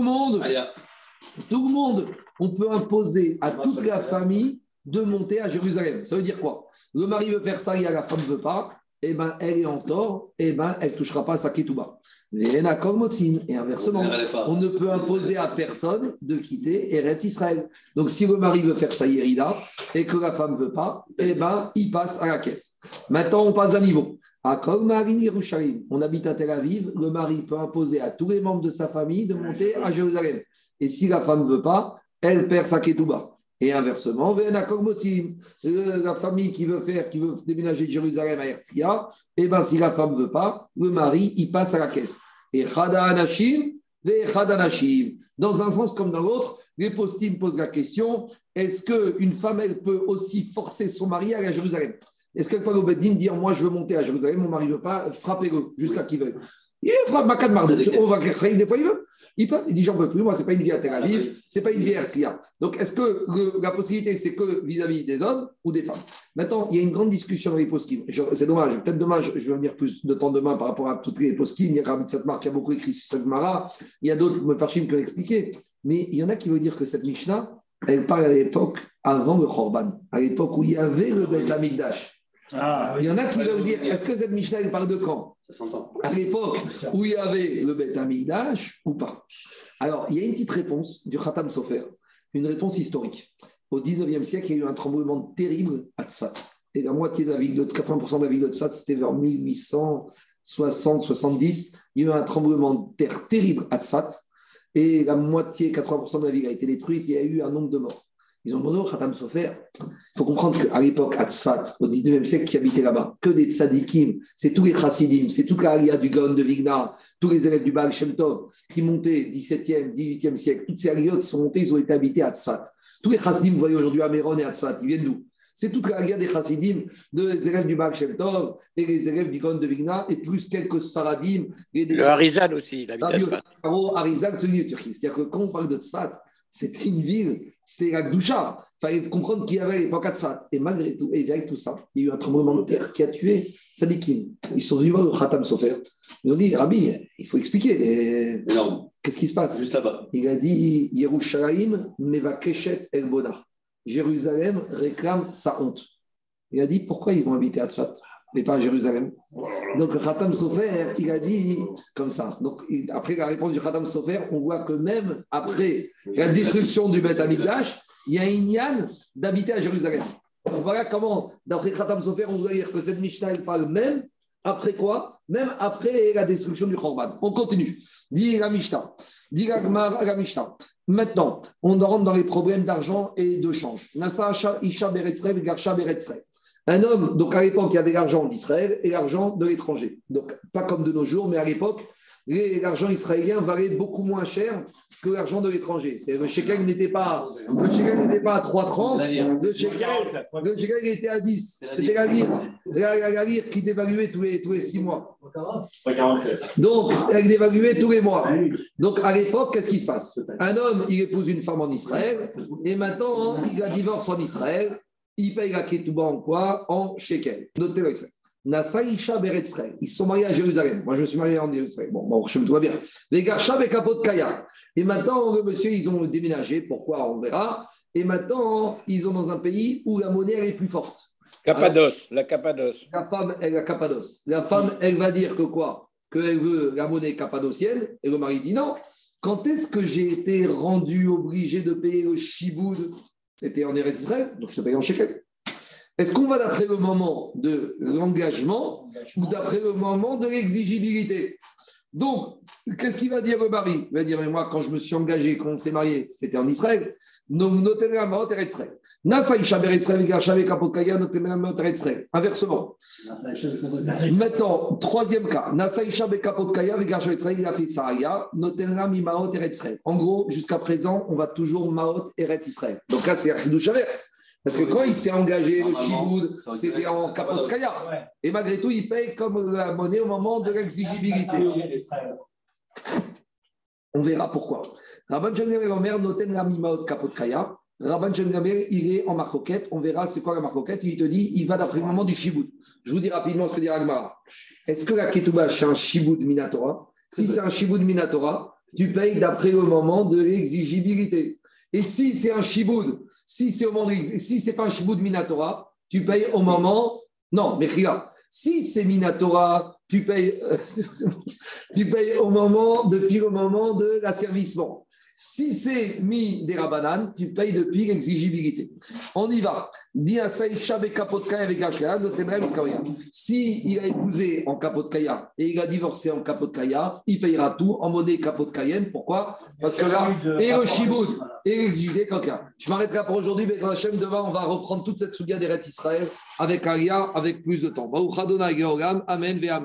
Speaker 1: le monde, on peut imposer à toute la famille de monter à Jérusalem. Ça veut dire quoi? Le mari veut faire ça et la femme ne veut pas. Eh ben, elle est en tort, eh ben, elle ne touchera pas à sa ketouba. Et inversement, on ne peut imposer à personne de quitter Eretz Israël. Donc, si le mari veut faire sa yérida et que la femme ne veut pas, eh ben, il passe à la caisse. Maintenant, on passe à niveau. On habite à Tel Aviv, le mari peut imposer à tous les membres de sa famille de monter à Jérusalem. Et si la femme ne veut pas, elle perd sa ketouba. Et inversement, la famille qui veut déménager de Jérusalem à Herzliya, et ben si la femme ne veut pas, le mari, il passe à la caisse. Et Chada Anashim, dans un sens comme dans l'autre, les postim posent la question, est-ce qu'une femme, elle peut aussi forcer son mari à aller à Jérusalem? Est-ce qu'elle peut au Beddin dire, moi je veux monter à Jérusalem, mon mari ne veut pas, frappez-le jusqu'à qu'il veuille. Il frappe Makad Marduk, on va créer des fois il veut. Il dit, j'en peux plus, moi, ce n'est pas une vie à Tel Aviv, ce n'est pas une vie à Herzliya. Donc, est-ce que la possibilité, c'est que vis-à-vis des hommes ou des femmes? Maintenant, il y a une grande discussion dans les poskim. C'est dommage, peut-être dommage, je vais venir plus de temps demain par rapport à toutes les poskim. Il y a Rabbi Satmar qui a beaucoup écrit sur cette Mara, il y a d'autres Mefarshim qui ont expliqué. Mais il y en a qui veulent dire que cette Mishnah, elle parle à l'époque avant le Khorban, à l'époque où il y avait le Beth Amikdash. Il y en a qui veulent dire, est-ce que cette Mishnah, elle parle de quand? À l'époque où il y avait le Beth Amikdash ou pas? Alors, il y a une petite réponse du Khatam Sofer, une réponse historique. Au 19e siècle, il y a eu un tremblement terrible à Tzfat. Et la moitié de la ville de 80% de la ville de Tzfat, c'était vers 1860-70. Il y a eu un tremblement de terre terrible à Tzfat. Et la moitié, 80% de la ville a été détruite. Il y a eu un nombre de morts. Ils ont demandé au Khatam Sofer. Il faut comprendre qu'à l'époque, à Tzfat, au 19e siècle, qui habitaient là-bas, que des tzadikim, c'est tous les chassidim, c'est toute la Aliyah du Gaon de Vigna, tous les élèves du Baal Shem Tov qui montaient 17e, 18e siècle, toutes ces Aliyot qui sont montées, ils ont été habités à Tzfat. Tous les chassidim, vous voyez aujourd'hui à Méron et à Tzfat, ils viennent d'où? C'est toute la Aliyah des chassidim, des élèves du Baal Shem Tov et les élèves du Gaon de Vigna, et plus quelques Sfaradim.
Speaker 7: Le Harizal aussi, il habite à Tzfat.
Speaker 1: Harizal, celui de Turquie. C'est-à-dire que quand on parle de Tzfat, c'était une ville, c'était la Gdoucha. Il fallait comprendre qu'il y avait à l'époque à Tzfat. Et malgré tout, et avec tout ça, il y a eu un tremblement de terre qui a tué Sadikim. Ils sont venus voir le Khatam Sofer. Ils ont dit, Rabbi, il faut expliquer.
Speaker 3: Non.
Speaker 1: Qu'est-ce qui se passe?
Speaker 3: Juste là-bas.
Speaker 1: Il a dit, Yerushalayim mevakeshet el bonah. Jérusalem réclame sa honte. Il a dit, pourquoi ils vont habiter à Tzfat, mais pas à Jérusalem? Donc, le Khatam Sofer, il a dit comme ça. Donc, après la réponse du Khatam Sofer, on voit que même après la destruction du Beth Amikdash, il y a une yann d'habiter à Jérusalem. Donc, voilà comment, d'après Khatam Sofer, on doit dire que cette Mishnah, elle parle même après quoi? Même après la destruction du Khorban. On continue. Dit la Mishnah. Dit la Mishnah. Maintenant, on rentre dans les problèmes d'argent et de change. Nasa Isha Beretzrev, Garsha Beretzrev. Un homme, donc à l'époque, il y avait l'argent d'Israël et l'argent de l'étranger. Donc, pas comme de nos jours, mais à l'époque, l'argent israélien valait beaucoup moins cher que l'argent de l'étranger. Le shekel n'était pas à 3,30, le shekel était à 10. C'était la lire qui dévaluait tous les 6 mois. Donc, elle dévaluait tous les mois. Donc, à l'époque, qu'est-ce qui se passe? Un homme, il épouse une femme en Israël et maintenant, il a divorce en Israël. Il paye la ketouba en quoi? En shekel. Notez-le ça. Nasaïcha Beretzrei. Ils se sont mariés à Jérusalem. Moi, je me suis marié en Jérusalem. Bon, je me trouve bien. Les Garsha et Kapot Kaya. Et maintenant, le monsieur, ils ont déménagé. Pourquoi? On verra. Et maintenant, ils sont dans un pays où la monnaie elle est plus forte.
Speaker 7: Cappadoce, la Cappadoce.
Speaker 1: La femme, elle a Cappadoce. La femme, elle va dire que quoi? Qu'elle veut la monnaie cappadocienne. Et le mari dit non. Quand est-ce que j'ai été rendu obligé de payer le shiboud? C'était en Eretz Israël, donc je te paye en shekel. Est-ce qu'on va d'après le moment de l'engagement ou d'après le moment de l'exigibilité? Donc, qu'est-ce qu'il va dire le mari? Il va dire, mais moi, quand je me suis engagé, quand on s'est marié, c'était en Israël. Inversement. Maintenant, troisième cas. Il a fait ça. En gros, jusqu'à présent, on va toujours Maot Eret Israël. Donc là, c'est Achidouch inverse. Parce que quand il s'est engagé, le Chiboud, c'était en Kapot Kaya. Et malgré tout, il paye comme la monnaie au moment de l'exigibilité. On verra pourquoi. Rabban Shemgamer Omer noten la mimaot Kapot Kaya. Rabban Shemgamer, il est en marcoquette. On verra c'est quoi la marcoquette. Il te dit, il va d'après le moment du Chiboud. Je vous dis rapidement ce que dit Agmara. Est-ce que la Ketouba, c'est un Chiboud Minatora? Si c'est un Chiboud Minatora, tu payes d'après le moment de l'exigibilité. Et si c'est un Chiboud, si c'est pas un Chiboud Minatora, tu payes au moment. Non, mais regarde, Si c'est Minatora, tu payes, depuis le moment de l'asservissement. Si c'est mis des rabanan, tu payes depuis l'exigibilité. On y va. Si il a épousé en kapotkaya et il a divorcé en kapotkaya, il payera tout en monnaie kapotkayen. Pourquoi? Parce que là, et le shiboud et l'exigibilité quelqu'un. Je m'arrêterai pour aujourd'hui, mais demain, on va reprendre toute cette soudia des Rêtes Israël avec Alia, avec plus de temps. Amen.